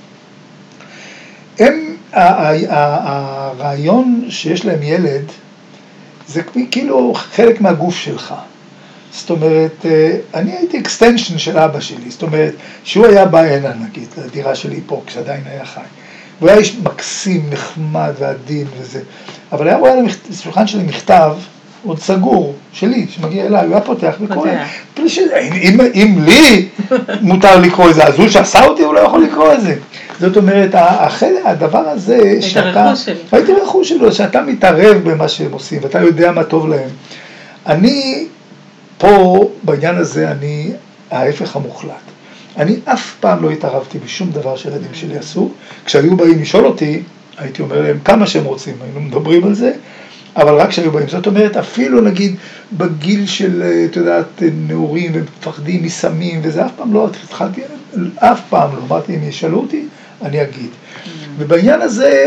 [SPEAKER 2] הרעיון שיש להם ילד, זה כאילו חלק מהגוף שלך. זאת אומרת, אני הייתי אקסטנשן של אבא שלי, זאת אומרת, שהוא היה בא הנה, נגיד, לדירה שלי פה, כשעדיין היה חי. הוא היה איש מקסים, נחמד ועדין וזה, אבל היה רואה על השולחן שלי מכתב, עוד סגור, שלי, שמגיע אליי, הוא היה פותח וקורא. אם לי מותר לקרוא את זה, אז הוא שעשה אותי, הוא לא יכול לקרוא את זה. זאת אומרת, הדבר הזה, הייתי רכוש שלו, שאתה מתערב במה שהם עושים, ואתה יודע מה טוב להם. אני, פה, בעניין הזה, אני ההפך המוחלט. אני אף פעם לא התערבתי בשום דבר שילדים שלי עשו. כשהיו באים לשאול אותי, הייתי אומר להם כמה שהם רוצים, היינו מדברים על זה, אבל רק כשהיו באים. זאת אומרת, אפילו נגיד בגיל של, אתה יודעת, נעורים ומפחדים מסמים, וזה אף פעם לא התחלתי, אף פעם לא, אמרתי, אם ישאלו אותי, אני אגיד. ובעניין הזה,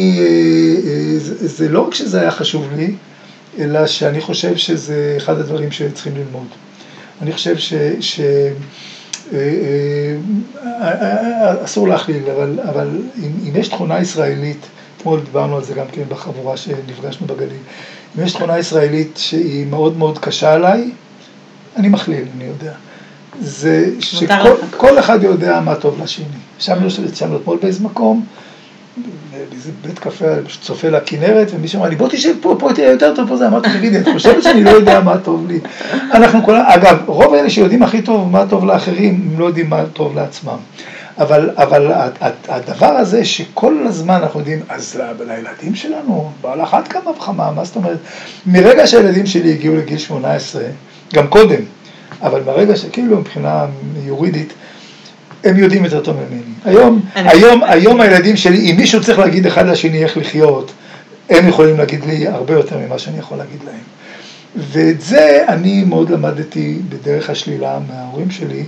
[SPEAKER 2] זה לא רק שזה היה חשוב לי, אלא שאני חושב שזה אחד הדברים שצריכים ללמוד. אני חושב אסור להכליל, אבל אם יש תכונה ישראלית, אתמול דיברנו על זה גם כן בחבורה שנפגשנו בגליל, אם יש תכונה ישראלית שהיא מאוד מאוד קשה עליי, אני מכליל, אני יודע. זה שכל אחד יודע מה טוב לשני. ישבנו אתמול באיזה מקום, באיזה בית קפה צופה לכנרת, ומישהו אמר לי, בוא תשב פה תהיה יותר טוב פה זה, אמרתי, תגידי, את חושבת שאני לא יודע מה טוב לי? אנחנו כולם, אגב, רוב האלה שיודעים הכי טוב מה טוב לאחרים, הם לא יודעים מה טוב לעצמם. אבל הדבר הזה שכל הזמן אנחנו יודעים, אז לילדים שלנו, בעל אחת כמה וכמה, מה זאת אומרת? מרגע שהילדים שלי הגיעו לגיל 18, גם קודם, אבל ברגע שכאילו מבחינה יורידית, הם יודעים יותר טוב ממני. היום הילדים שלי, אם מישהו צריך להגיד אחד לשני איך לחיות, הם יכולים להגיד לי הרבה יותר ממה שאני יכול להגיד להם. ואת זה אני מאוד למדתי בדרך השלילה מההורים שלי,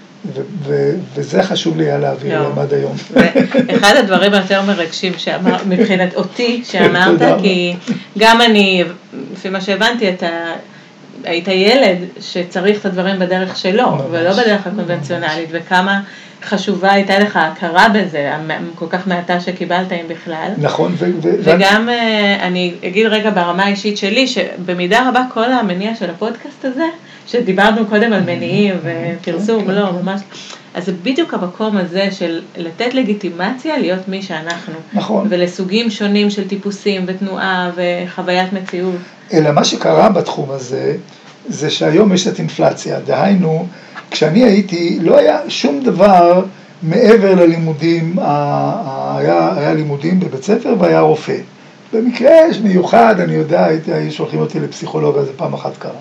[SPEAKER 2] וזה חשוב לי היה להעביר להם עד היום.
[SPEAKER 1] אחד הדברים היותר מרגשים מבחינת אותי שאמרת, כי גם אני, לפי מה שהבנתי, היית ילד שצריך את הדברים בדרך שלו, ולא בדרך הקונבנציונלית, וכמה חשובה הייתה לך הכרה בזה, כל כך מעטה שקיבלת אם בכלל.
[SPEAKER 2] נכון.
[SPEAKER 1] וגם אני אגיד רגע ברמה האישית שלי, שבמידה רבה כל המניע של הפודקאסט הזה, שדיברנו קודם על מניעים ופרסום, לא, ממש, אז זה בדיוק המקום הזה של לתת לגיטימציה להיות מי שאנחנו.
[SPEAKER 2] נכון.
[SPEAKER 1] ולסוגים שונים של טיפוסים ותנועה וחוויית מציאות.
[SPEAKER 2] אלא מה שקרה בתחום הזה, זה שהיום יש את אינפלציה. דהיינו, כשאני הייתי, לא היה שום דבר מעבר ללימודים, היה לימודים בבית ספר והיה רופא. במקרה מיוחד, אני יודע, היו שולחים אותי לפסיכולוג, אז זה פעם אחת קרה.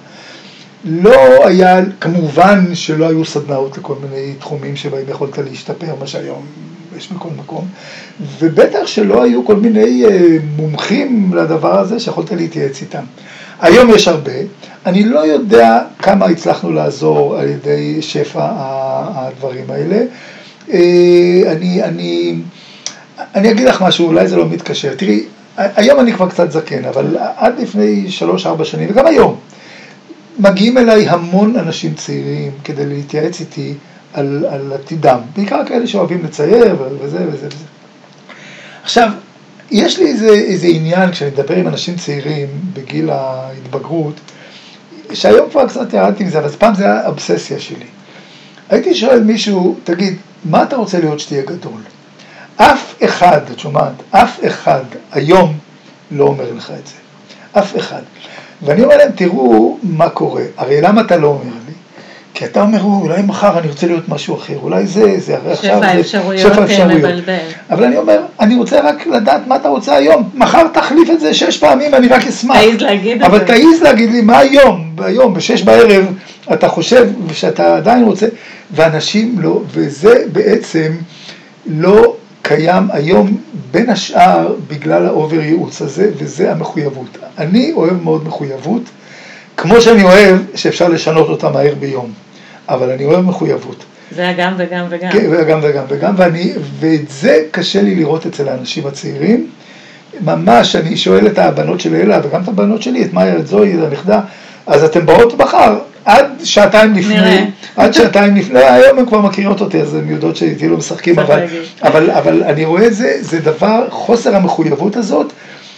[SPEAKER 2] לא היה, כמובן שלא היו סדנאות לכל מיני תחומים שבהם יכולת להשתפר, מה שהיום יש בכל מקום, ובטח שלא היו כל מיני מומחים לדבר הזה שיכולת להתייעץ איתם. היום יש הרבה, אני לא יודע כמה הצלחנו לעזור על ידי שפע הדברים האלה, אני אגיד לך משהו, אולי זה לא מתקשר. תראי, היום אני כבר קצת זקן, אבל עד לפני 3-4 שנים, וגם היום, מגיעים אליי המון אנשים צעירים כדי להתייעץ איתי על עתידם. בעיקר כאלה שאוהבים לצייר וזה וזה וזה. עכשיו, יש לי איזה עניין כשאני מדבר עם אנשים צעירים בגיל ההתבגרות, שהיום כבר קצת ירדתי מזה, אבל פעם זה היה אובססיה שלי. הייתי שואל מישהו, תגיד, מה אתה רוצה להיות שתהיה גדול? אף אחד, את שומעת, אף אחד היום לא אומר לך את זה. אף אחד. ואני אומר להם, תראו מה קורה. הרי למה אתה לא אומר לי? כי אתה אומר, אולי מחר אני רוצה להיות משהו אחר, אולי זה, הרי עכשיו זה
[SPEAKER 1] שפע אפשרויות.
[SPEAKER 2] אבל אני אומר, אני רוצה רק לדעת מה אתה רוצה היום. מחר תחליף את זה 6 פעמים, אני רק אשמח.
[SPEAKER 1] תעיז להגיד את זה.
[SPEAKER 2] אבל תעיז להגיד לי, מה היום, ב-6 בערב, אתה חושב שאתה עדיין רוצה, ואנשים לא, וזה בעצם לא קיים היום בין השאר בגלל האובר ייעוץ הזה, וזה המחויבות. אני אוהב מאוד מחויבות, כמו שאני אוהב שאפשר לשנות אותה מהר ביום, אבל אני אוהב מחויבות.
[SPEAKER 1] זה גם וגם וגם.
[SPEAKER 2] כן, גם וגם, ואת זה קשה לי לראות אצל האנשים הצעירים. ממש, אני שואל את הבנות של אלה, וגם את הבנות שלי, את מאיה, את זוהי, את הנכדה, אז אתם באות מחר, עד 2 שעתיים לפני, היום הם כבר מכירות אותי, אז הם יודעות שהייתי לא משחקים, אבל אני רואה את זה, זה דבר, חוסר המחויבות הזאת,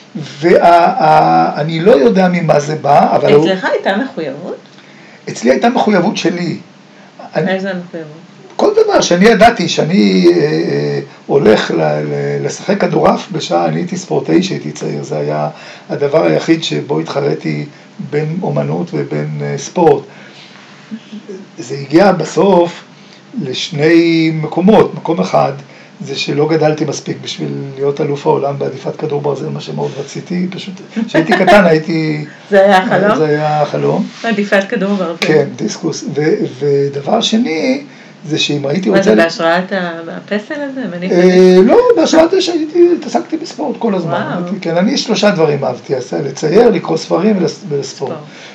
[SPEAKER 2] ואני לא יודע ממה זה בא, אבל...
[SPEAKER 1] אצלך הייתה מחויבות?
[SPEAKER 2] אצלי הייתה מחויבות שלי.
[SPEAKER 1] איזה מחויבות?
[SPEAKER 2] כל דבר שאני ידעתי, שאני הולך לשחק כדורעף בשעה, אני הייתי ספורטאי שהייתי צעיר, זה היה הדבר היחיד שבו התחרתי בין אומנות ובין ספורט. זה הגיע בסוף לשני מקומות, מקום אחד, זה שלא גדלתי מספיק בשביל להיות אלוף העולם בעדיפת כדור ברזל, מה שמאוד רציתי, פשוט, כשהייתי קטן הייתי...
[SPEAKER 1] זה היה החלום?
[SPEAKER 2] זה היה החלום.
[SPEAKER 1] עדיפת כדור ברזל.
[SPEAKER 2] כן, דיסקוס. ודבר שני, זה שאם הייתי רוצה...
[SPEAKER 1] מה זה בהשראת הפסל הזה?
[SPEAKER 2] לא, בהשראת זה שהתעסקתי בספורט כל הזמן. כן, אני 3 דברים אהבתי, לצייר, לקרוא ספרים ולספורט.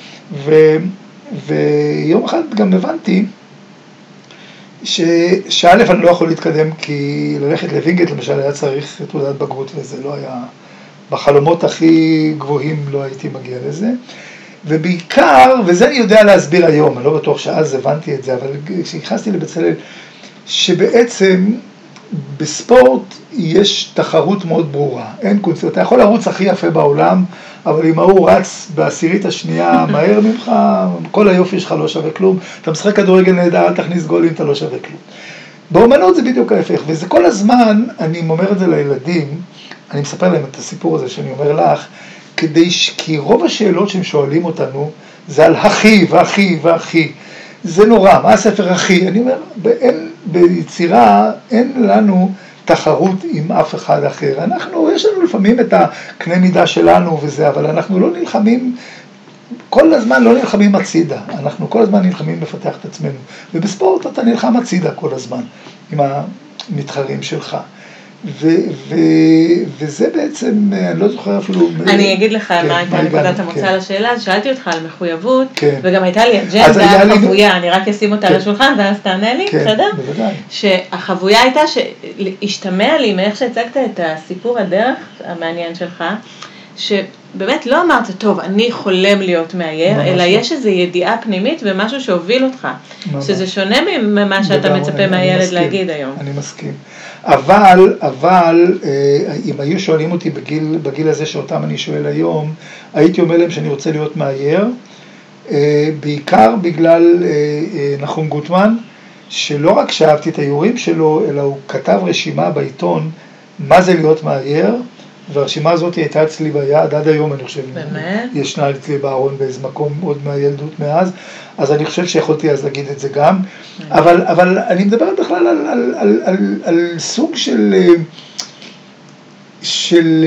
[SPEAKER 2] ויום אחד גם הבנתי, שא' אני לא יכול להתקדם, כי ללכת לווינגייט למשל היה צריך תעודת בגרות, וזה לא היה, בחלומות הכי גבוהים לא הייתי מגיע לזה, ובעיקר, וזה אני יודע להסביר היום, אני לא בטוח שאז הבנתי את זה, אבל כשנכנסתי לבצלאל, שבעצם בספורט יש תחרות מאוד ברורה, אין קונצרט, אתה יכול לרוץ הכי יפה בעולם, אבל אם הוא רץ בעשירית השנייה מהר ממך, כל היופי שלך לא שווה כלום, אתה משחק כדורגל נהדר, אל תכניס גולים, אתה לא שווה כלום. באומנות זה בדיוק ההפך, וזה כל הזמן, אני אומר את זה לילדים, אני מספר להם את הסיפור הזה שאני אומר לך, כי רוב השאלות שהם שואלים אותנו, זה על הכי והכי והכי. זה נורא, מה הספר הכי? אני אומר, ביצירה אין לנו תחרות עם אף אחד אחר. יש לנו לפעמים את הקנה מידה שלנו וזה, אבל אנחנו לא נלחמים, כל הזמן לא נלחמים הצידה. אנחנו כל הזמן נלחמים לפתח את עצמנו. ובספורט אתה נלחם הצידה כל הזמן, עם המתחרים שלך. וזה בעצם, אני לא זוכר אפילו...
[SPEAKER 1] אני אגיד לך מה הייתה נקודת המוצא לשאלה, אז שאלתי אותך על מחויבות, וגם הייתה לי אג'נדה, חבויה, אני רק אשים אותה על השולחן, ואז תענה לי, בסדר?
[SPEAKER 2] בוודאי.
[SPEAKER 1] שהחבויה הייתה שהשתמע לי מאיך שהצגת את הסיפור הדרך המעניין שלך, שבאמת לא אמרת, טוב, אני חולם להיות מאייר, אלא יש איזו ידיעה פנימית ומשהו שהוביל אותך, שזה שונה ממה שאתה מצפה מהילד להגיד היום.
[SPEAKER 2] אני מסכים. אבל אם היו שואלים אותי בגיל הזה שאותם אני שואל היום, הייתי אומר להם שאני רוצה להיות מאייר, בעיקר בגלל נחום גוטמן, שלא רק שאהבתי את האיורים שלו, אלא הוא כתב רשימה בעיתון מה זה להיות מאייר, והרשימה הזאת הייתה אצלי ביד, עד היום אני חושב, ישנה אצלי בארון באיזה מקום עוד מהילדות מאז, אז אני חושב שיכולתי אז להגיד את זה גם, אבל אני מדבר בכלל על סוג של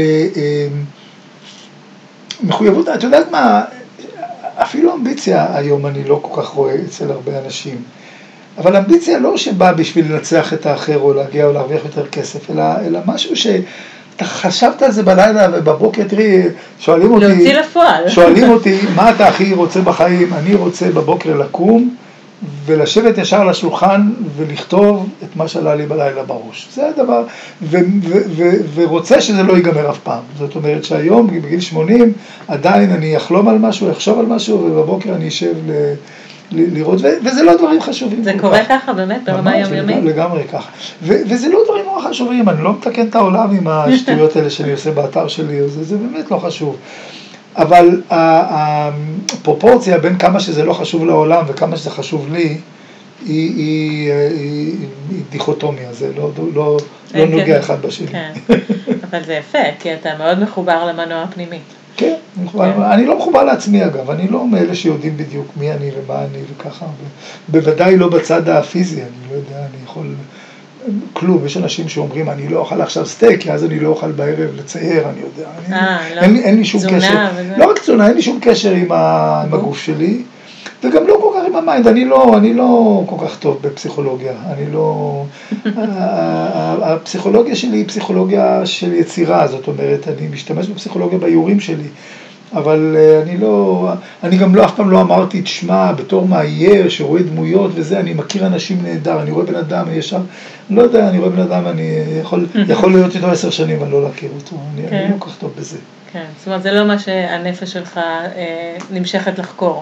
[SPEAKER 2] מחויבות, את יודעת מה, אפילו אמביציה היום אני לא כל כך רואה אצל הרבה אנשים, אבל אמביציה לא שבא בשביל לנצח את האחר או להגיע או להרוויח יותר כסף, אלא משהו אתה חשבת על זה בלילה ובבוקר, תראי, שואלים אותי, מה אתה הכי רוצה בחיים? אני רוצה בבוקר לקום ולשבת ישר על השולחן ולכתוב את מה שעלה לי בלילה בראש. זה הדבר, ורוצה שזה לא ייגמר אף פעם. זאת אומרת שהיום, בגיל 80, עדיין אני אחלום על משהו, אחשוב על משהו, ובבוקר אני אשב לראות, וזה לא דברים חשובים.
[SPEAKER 1] זה קורה ככה באמת ברמה יומיומית?
[SPEAKER 2] לגמרי ככה. וזה לא דברים נורא חשובים, אני לא מתקן את העולם עם השטויות האלה שאני עושה באתר שלי, זה באמת לא חשוב. אבל הפרופורציה בין כמה שזה לא חשוב לעולם וכמה שזה חשוב לי, היא דיכוטומיה, זה לא נוגע אחד בשני.
[SPEAKER 1] כן, אבל זה יפה, כי אתה מאוד מחובר למנוע הפנימי.
[SPEAKER 2] כן, אני לא מחובר לעצמי אגב, אני לא מאלה שיודעים בדיוק מי אני ומה אני וככה, בוודאי לא בצד הפיזי, אני לא יודע, אני יכול כלום, יש אנשים שאומרים אני לא אוכל עכשיו סטייק, כי אז אני לא אוכל בערב לצייר, אני יודע, אין לי שום קשר, לא רק תזונה, אין לי שום קשר עם הגוף שלי, וגם לא כל כך עם המיינד, אני לא כל כך טוב בפסיכולוגיה, הפסיכולוגיה שלי היא פסיכולוגיה של יצירה, זאת אומרת, אני משתמש בפסיכולוגיה באיורים שלי, אבל אני גם אף פעם לא אמרתי, תשמע, בתור מאייר שרואה דמויות וזה, אני מכיר אנשים נהדר, אני רואה בן אדם, אני ישר, לא יודע, אני רואה בן אדם, אני יכול להיות איתו 10 שנים, אני לא להכיר אותו, אני לא כל כך טוב בזה.
[SPEAKER 1] כן, זאת אומרת, זה לא מה שהנפש שלך נמשכת לחקור.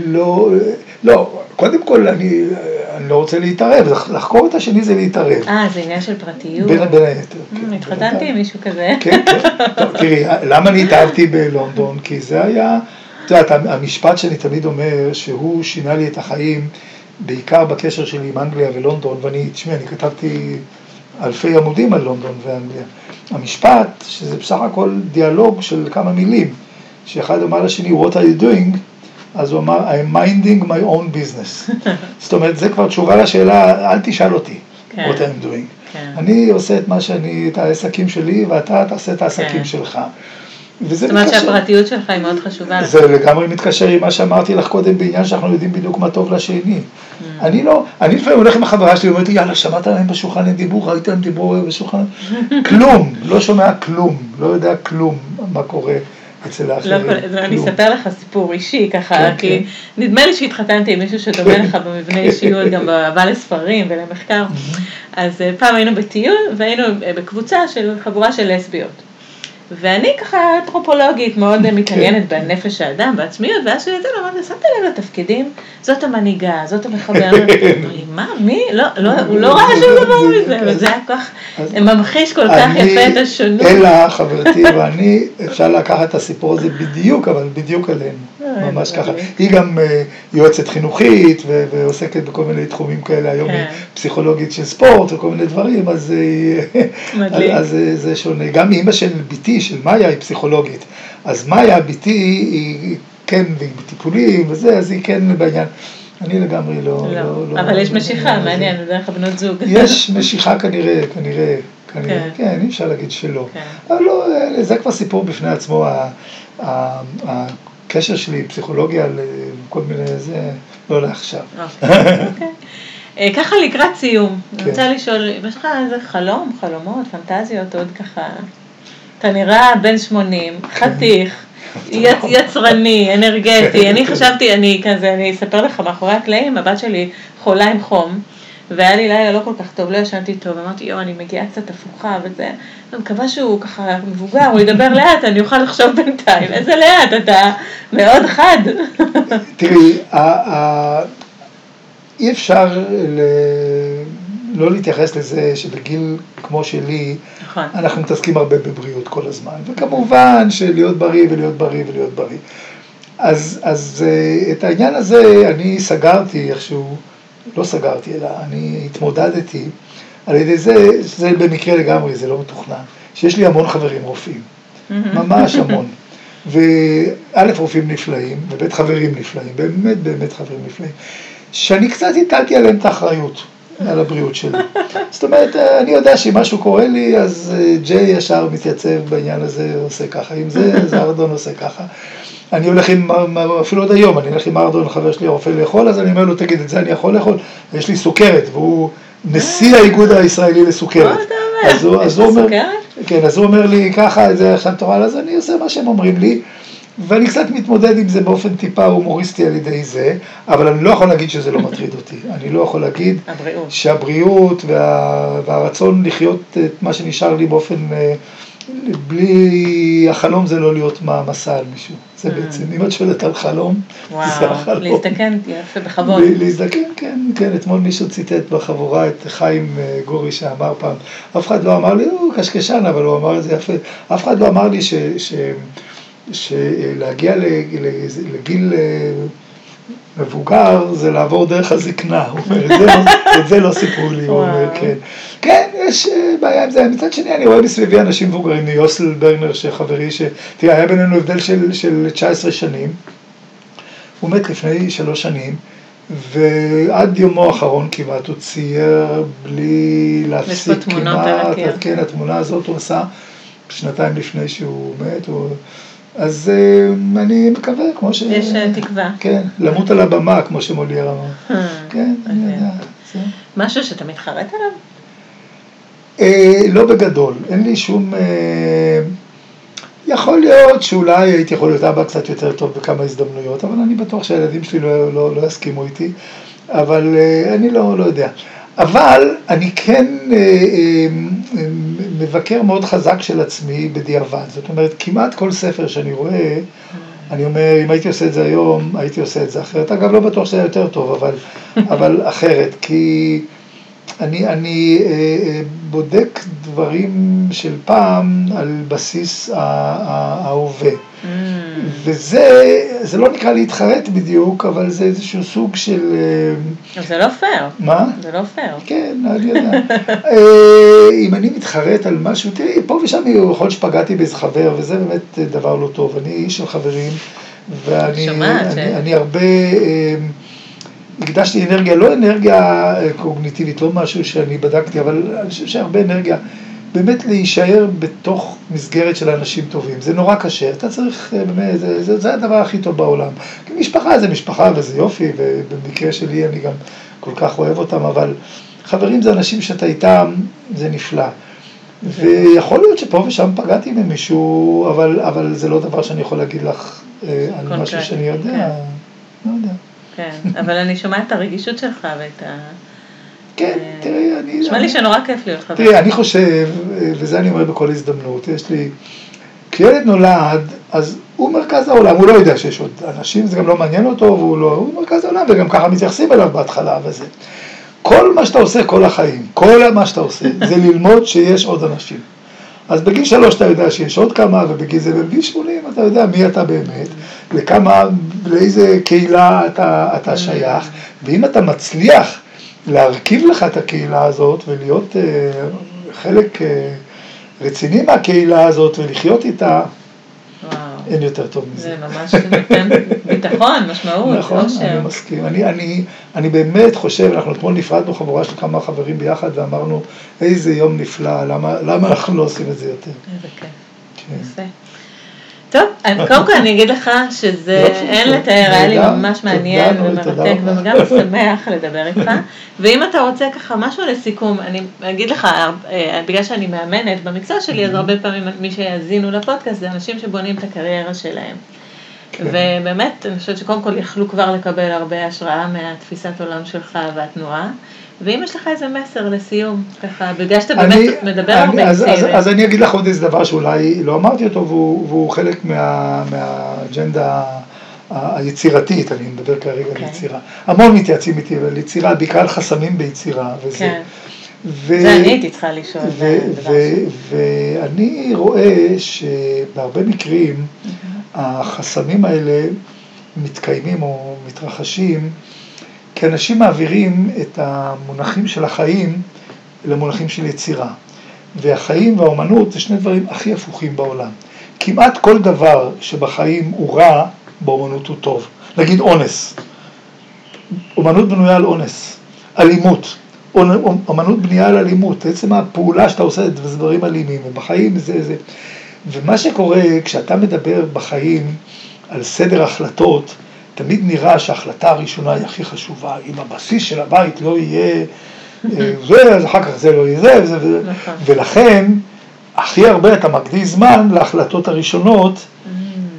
[SPEAKER 2] לא, קודם כל אני לא רוצה להתערב, לחקור את השני זה להתערב.
[SPEAKER 1] זה עניין של פרטיות.
[SPEAKER 2] בין היתר.
[SPEAKER 1] התחתנתי עם מישהו כזה.
[SPEAKER 2] כן. תראי, למה אני התאהבתי בלונדון? כי זה היה, את יודעת, המשפט שאני תמיד אומר, שהוא שינה לי את החיים, בעיקר בקשר שלי עם אנגליה ולונדון, ואני כתבתי אלפי עמודים על לונדון ואנגליה. המשפט, שזה בסך הכל דיאלוג של כמה מילים, שאחד אמר לשני, what are you doing? אז הוא אמר, I'm minding my own business. זאת אומרת, זה כבר תשובה לשאלה, אל תשאל אותי, what I'm doing. אני עושה את העסקים שלי, ואתה תעשה את העסקים שלך.
[SPEAKER 1] זאת אומרת שהפרטיות שלך היא מאוד חשובה.
[SPEAKER 2] זה לגמרי מתקשר עם מה שאמרתי לך קודם, בעניין שאנחנו יודעים בדיוק מה טוב לשני. אני לפעמים הולך עם החברה שלי, ואומרת לי, יאללה, שמעת להם בשולחן, הם דיברו, ראית להם דיברו בשולחן, כלום, לא שומע כלום, לא יודע כלום מה קורה אצל האחרים.
[SPEAKER 1] אני אספר לך סיפור אישי ככה, כי נדמה לי שהתחתנתי עם מישהו שדומה לך במבנה אישיות, גם באהבה לספרים ולמחקר. אז פעם היינו בטיול, והיינו בקבוצה של חבורה של לסביות. ואני ככה אנתרופולוגית מאוד מתעניינת בנפש האדם, בעצמיות, ואז שאני יצאנו, אמרתי, שמת לב לתפקידים, זאת המנהיגה, זאת המחבר, אמרתי, מה, מי? הוא לא ראה שום דבר מזה, וזה היה כך ממחיש כל כך יפה את השונות.
[SPEAKER 2] אלה, חברתי ואני, אפשר לקחת את הסיפור הזה בדיוק, אבל בדיוק עלינו, ממש ככה. היא גם יועצת חינוכית, ועוסקת בכל מיני תחומים כאלה, היום היא פסיכולוגית של ספורט, וכל מיני דברים, אז זה שונה. גם אמא של ביתי, של מאיה, היא פסיכולוגית. אז מאיה, ביתי, היא כן, והיא בטיפולים וזה, אז היא כן בעניין. אני לגמרי לא...
[SPEAKER 1] אבל יש משיכה, מעניין, דרך הבנות זוג.
[SPEAKER 2] יש משיכה כנראה, כן, אי אפשר להגיד שלא. אבל לא, זה כבר סיפור בפני עצמו, הקשר שלי, פסיכולוגיה, לכל מיני, זה לא לעכשיו.
[SPEAKER 1] אוקיי. ככה לקראת סיום, אני רוצה לשאול, יש לך איזה חלומות, פנטזיות, עוד ככה... אתה נראה בן 80, חתיך, יצרני, אנרגטי. אני חשבתי, אני אספר לך מאחורי הקלעים, הבת שלי חולה עם חום, והיה לי לילה לא כל כך טוב, לא ישנתי טוב, אמרתי, אני מגיעה קצת הפוכה וזה, אני מקווה שהוא ככה מבוגר, הוא ידבר לאט, אני אוכל לחשוב בינתיים, איזה לאט, אתה מאוד חד.
[SPEAKER 2] תראי, אי אפשר לא להתייחס לזה שבגיל כמו שלי, אנחנו מתעסקים הרבה בבריאות כל הזמן, וכמובן שלהיות בריא ולהיות בריא ולהיות בריא. אז את העניין הזה אני סגרתי איכשהו, לא סגרתי אלא אני התמודדתי על ידי זה במקרה לגמרי, זה לא מתוכנן, שיש לי המון חברים רופאים, ממש המון. וא' רופאים נפלאים, וב' חברים נפלאים, באמת חברים נפלאים, שאני קצת הטלתי עליהם את האחריות. על הבריאות שלי. זאת אומרת, אני יודע שאם משהו קורה לי, אז ג'יי ישר מתייצב בעניין הזה, עושה ככה. עם זה, אז ארדון עושה ככה. אני הולך עם, אפילו עוד היום, אני הולך עם ארדון, חבר שלי הרופא לאכול, אז אני אומר לו, תגיד, את זה אני יכול לאכול? יש לי סוכרת, והוא נשיא האיגוד הישראלי לסוכרת. אז הוא אומר לי ככה, זה עכשיו תורה, אז אני עושה מה שהם אומרים לי, ואני קצת מתמודד עם זה באופן טיפה הומוריסטי על ידי זה, אבל אני לא יכול להגיד שזה לא מטריד אותי. אני לא יכול להגיד שהבריאות והרצון לחיות את מה שנשאר לי באופן, בלי החלום זה לא להיות מעמסה על מישהו. זה בעצם, אם את שואלת על חלום, זה החלום.
[SPEAKER 1] להזדקן יפה בכבוד.
[SPEAKER 2] להזדקן, כן. אתמול מישהו ציטט בחבורה את חיים גורי שאמר פעם, אף אחד לא אמר לי, הוא קשקשן, אבל הוא אמר את זה יפה, אף אחד לא אמר לי שלהגיע לגיל מבוגר זה לעבור דרך הזקנה, הוא אומר, את זה לא סיפרו לי, הוא אומר, כן. כן, יש בעיה עם זה, מצד שני אני רואה מסביבי אנשים מבוגרים, יוסל ברנר שחברי, תראה, היה בינינו הבדל של 19 שנים, הוא מת לפני 3 שנים, ועד יומו האחרון כמעט הוא צייר בלי להפסיק כמעט, כן, התמונה הזאת הוא עשה 2 לפני שהוא מת, אז אני מקווה, כמו ש...
[SPEAKER 1] יש תקווה.
[SPEAKER 2] כן, למות על הבמה, כמו שמולייר אמר. כן, אני יודע.
[SPEAKER 1] משהו שאתה מתחרט עליו?
[SPEAKER 2] לא בגדול, אין לי שום... יכול להיות שאולי הייתי יכול להיות אבא קצת יותר טוב בכמה הזדמנויות, אבל אני בטוח שהילדים שלי לא יסכימו איתי, אבל אני לא יודע. אבל אני כן מבקר מאוד חזק של עצמי בדיעבד. זאת אומרת, כמעט כל ספר שאני רואה, אני אומר, אם הייתי עושה את זה היום, הייתי עושה את זה אחרת. אגב, לא בטוח שזה היה יותר טוב, אבל אחרת. כי אני בודק דברים של פעם על בסיס ההווה. וזה לא נקרא להתחרט בדיוק, אבל זה איזשהו סוג של...
[SPEAKER 1] זה לא פייר.
[SPEAKER 2] מה?
[SPEAKER 1] זה לא פייר.
[SPEAKER 2] כן, אני יודע. אם אני מתחרט על משהו, תראי, פה ושם יכול להיות שפגעתי באיזה חבר, וזה באמת דבר לא טוב. אני איש של חברים, ואני הרבה... הקדשתי אנרגיה, לא אנרגיה קוגניטיבית, לא משהו שאני בדקתי, אבל אני חושב שהרבה אנרגיה, באמת להישאר בתוך מסגרת של אנשים טובים. זה נורא קשה, אתה צריך, באמת, זה הדבר הכי טוב בעולם. כי משפחה זה משפחה וזה יופי, ובמקרה שלי אני גם כל כך אוהב אותם, אבל חברים זה אנשים שאתה איתם, זה נפלא. ויכול להיות שפה ושם פגעתי ממישהו, אבל זה לא דבר שאני יכול להגיד לך על משהו שאני יודע. לא יודע.
[SPEAKER 1] כן, אבל אני שומעת את הרגישות שלך ואת ה...
[SPEAKER 2] כן, תראי, אני...
[SPEAKER 1] נשמע לי שנורא כיף להיות חבר.
[SPEAKER 2] תראי, אני חושב, וזה אני אומר בכל הזדמנות, יש לי... כשילד נולד, אז הוא מרכז העולם, הוא לא יודע שיש עוד אנשים, זה גם לא מעניין אותו, הוא מרכז העולם, וגם ככה מתייחסים אליו בהתחלה וזה. כל מה שאתה עושה כל החיים, כל מה שאתה עושה, זה ללמוד שיש עוד אנשים. אז בגיל 3 אתה יודע שיש עוד כמה, ובגיל 80 אתה יודע מי אתה באמת, לאיזה קהילה אתה שייך, ואם אתה מצליח להרכיב לך את הקהילה הזאת, ולהיות חלק רציני מהקהילה הזאת, ולחיות איתה, אין יותר טוב מזה.
[SPEAKER 1] זה ממש נותן ביטחון, משמעות,
[SPEAKER 2] נכון, אני מסכים. אני באמת חושב, אנחנו אתמול נפרדנו חבורה של כמה חברים ביחד, ואמרנו, איזה יום נפלא, למה אנחנו לא עושים את זה יותר?
[SPEAKER 1] איזה כיף. יפה. טוב, קודם כל אני אגיד לך שזה אין לתאר, היה לי ממש מעניין ומרתק וגם שמח לדבר איתך, ואם אתה רוצה ככה משהו לסיכום, אני אגיד לך, בגלל שאני מאמנת במקצוע שלי, אז הרבה פעמים מי שיאזינו לפודקאסט זה אנשים שבונים את הקריירה שלהם, ובאמת אני חושבת שקודם כל יכלו כבר לקבל הרבה השראה מהתפיסת עולם שלך והתנועה, ואם יש לך איזה מסר לסיום, ככה, בגלל שאתה באמת מדבר הרבה צעירים.
[SPEAKER 2] אז אני אגיד לך עוד איזה דבר שאולי לא אמרתי אותו, והוא חלק מהאג'נדה היצירתית, אני מדבר כרגע על יצירה. המון מתייעצים איתי על יצירה, בעיקר חסמים ביצירה.
[SPEAKER 1] כן, זה אני הייתי צריכה לשאול.
[SPEAKER 2] ואני רואה שבהרבה מקרים, החסמים האלה מתקיימים או מתרחשים, כי אנשים מעבירים את המונחים של החיים למונחים של יצירה. והחיים והאומנות זה שני דברים הכי הפוכים בעולם. כמעט כל דבר שבחיים הוא רע, באומנות הוא טוב. נגיד אונס. אומנות בנויה על אונס. אלימות. אומנות בנויה על אלימות. בעצם הפעולה שאתה עושה זה דברים אלימים. ובחיים זה. ומה שקורה כשאתה מדבר בחיים על סדר החלטות, תמיד נראה שההחלטה הראשונה היא הכי חשובה, אם הבסיס של הבית לא יהיה זה, אז אחר כך זה לא יהיה זה, ולכן הכי הרבה אתה מקדיש זמן להחלטות הראשונות,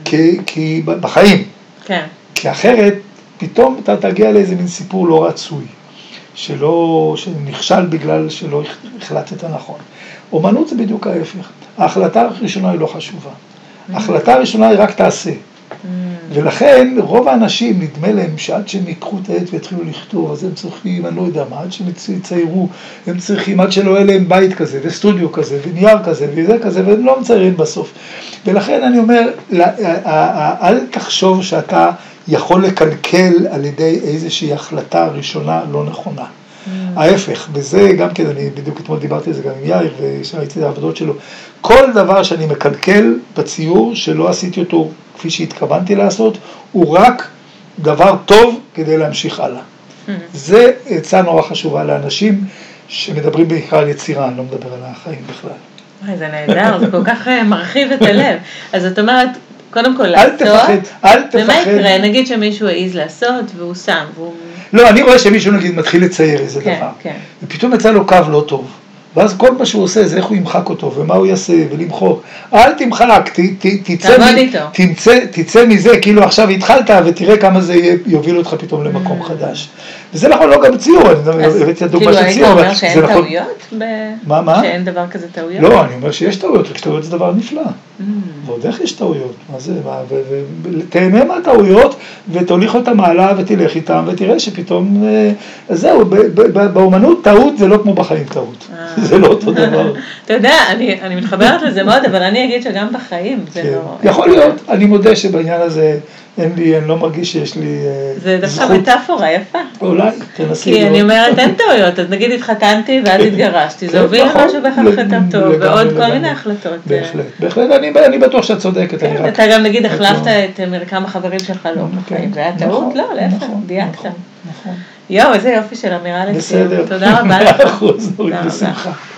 [SPEAKER 2] כי בחיים.
[SPEAKER 1] כן.
[SPEAKER 2] כי אחרת, פתאום אתה תגיע לאיזה מין סיפור לא רצוי, שנכשל בגלל שלא החלטת נכון. אומנות זה בדיוק ההפך. ההחלטה הראשונה היא לא חשובה. ההחלטה הראשונה היא רק תעשה. ולכן רוב האנשים נדמה להם שעד שהם ייקחו את העט ויתחילו לכתוב, אז הם צריכים, אני לא יודע מה, עד שהם יציירו, הם צריכים, עד שלא יהיה להם בית כזה, וסטודיו כזה, ונייר כזה, וזה כזה, והם לא מציירים בסוף. ולכן אני אומר, אל תחשוב שאתה יכול לקלקל על ידי איזושהי החלטה ראשונה לא נכונה. ההפך, בזה גם כן, אני בדיוק אתמול דיברתי על זה גם עם יאיר, ושראיתי את העבודות שלו, כל דבר שאני מקלקל בציור, שלא עשיתי אותו כפי שהתכוונתי לעשות, הוא רק דבר טוב כדי להמשיך הלאה. זה עצה נורא חשובה לאנשים שמדברים בעיקר על יצירה, אני לא מדבר על החיים בכלל.
[SPEAKER 1] וואי, זה נהדר, זה כל כך מרחיב את הלב. אז את אומרת, קודם כל
[SPEAKER 2] אל
[SPEAKER 1] לעשות,
[SPEAKER 2] תפחד, אל תפחד.
[SPEAKER 1] ומה יקרה? נגיד שמישהו העיז לעשות והוא שם, והוא...
[SPEAKER 2] לא, אני רואה שמישהו נגיד מתחיל לצייר איזה
[SPEAKER 1] כן,
[SPEAKER 2] דבר,
[SPEAKER 1] כן.
[SPEAKER 2] ופתאום יצא לו קו לא טוב, ואז כל מה שהוא עושה זה איך הוא ימחק אותו, ומה הוא יעשה, ולמחוק. אל תמחק, תצא מזה, כאילו עכשיו התחלת, ותראה כמה זה יוביל אותך פתאום למקום חדש. וזה נכון לא גם ציור, אני הבאתי הדוגמה של ציור.
[SPEAKER 1] כאילו היית אומר שאין טעויות?
[SPEAKER 2] מה?
[SPEAKER 1] שאין דבר כזה טעויות?
[SPEAKER 2] לא, אני אומר שיש טעויות, טעויות זה דבר נפלא. ועוד איך יש טעויות, מה זה? תהנה מהטעויות, ותוליך אותם מעלה, ותלך איתם, ותראה שפתאום, זהו, באומנות טעות זה לא כמו בחיים טעות. זה לא אותו דבר.
[SPEAKER 1] אתה יודע, אני מתחברת לזה מאוד, אבל אני אגיד שגם בחיים זה לא...
[SPEAKER 2] יכול להיות, אני מודה שבעניין הזה אני לא מרגיש שיש לי זכות.
[SPEAKER 1] זה דווקא מטאפורה יפה.
[SPEAKER 2] אולי, תנסי.
[SPEAKER 1] כי אני אומרת, אין טעויות, אז נגיד התחתנתי ואז התגרשתי, זה הוביל למשהו בכך יותר טוב, ועוד כל מיני החלטות.
[SPEAKER 2] בהחלט, בהחלט, אני בטוח שאת צודקת.
[SPEAKER 1] אתה גם נגיד החלפת את מרקם החברים שלך לא בחיים, זה היה טעות? לא, להפך, דייקת.
[SPEAKER 2] נכון.
[SPEAKER 1] יואו, איזה יופי של אמירה לסיום.
[SPEAKER 2] בסדר.
[SPEAKER 1] תודה רבה לך.
[SPEAKER 2] אחוז, נורית בשמחה.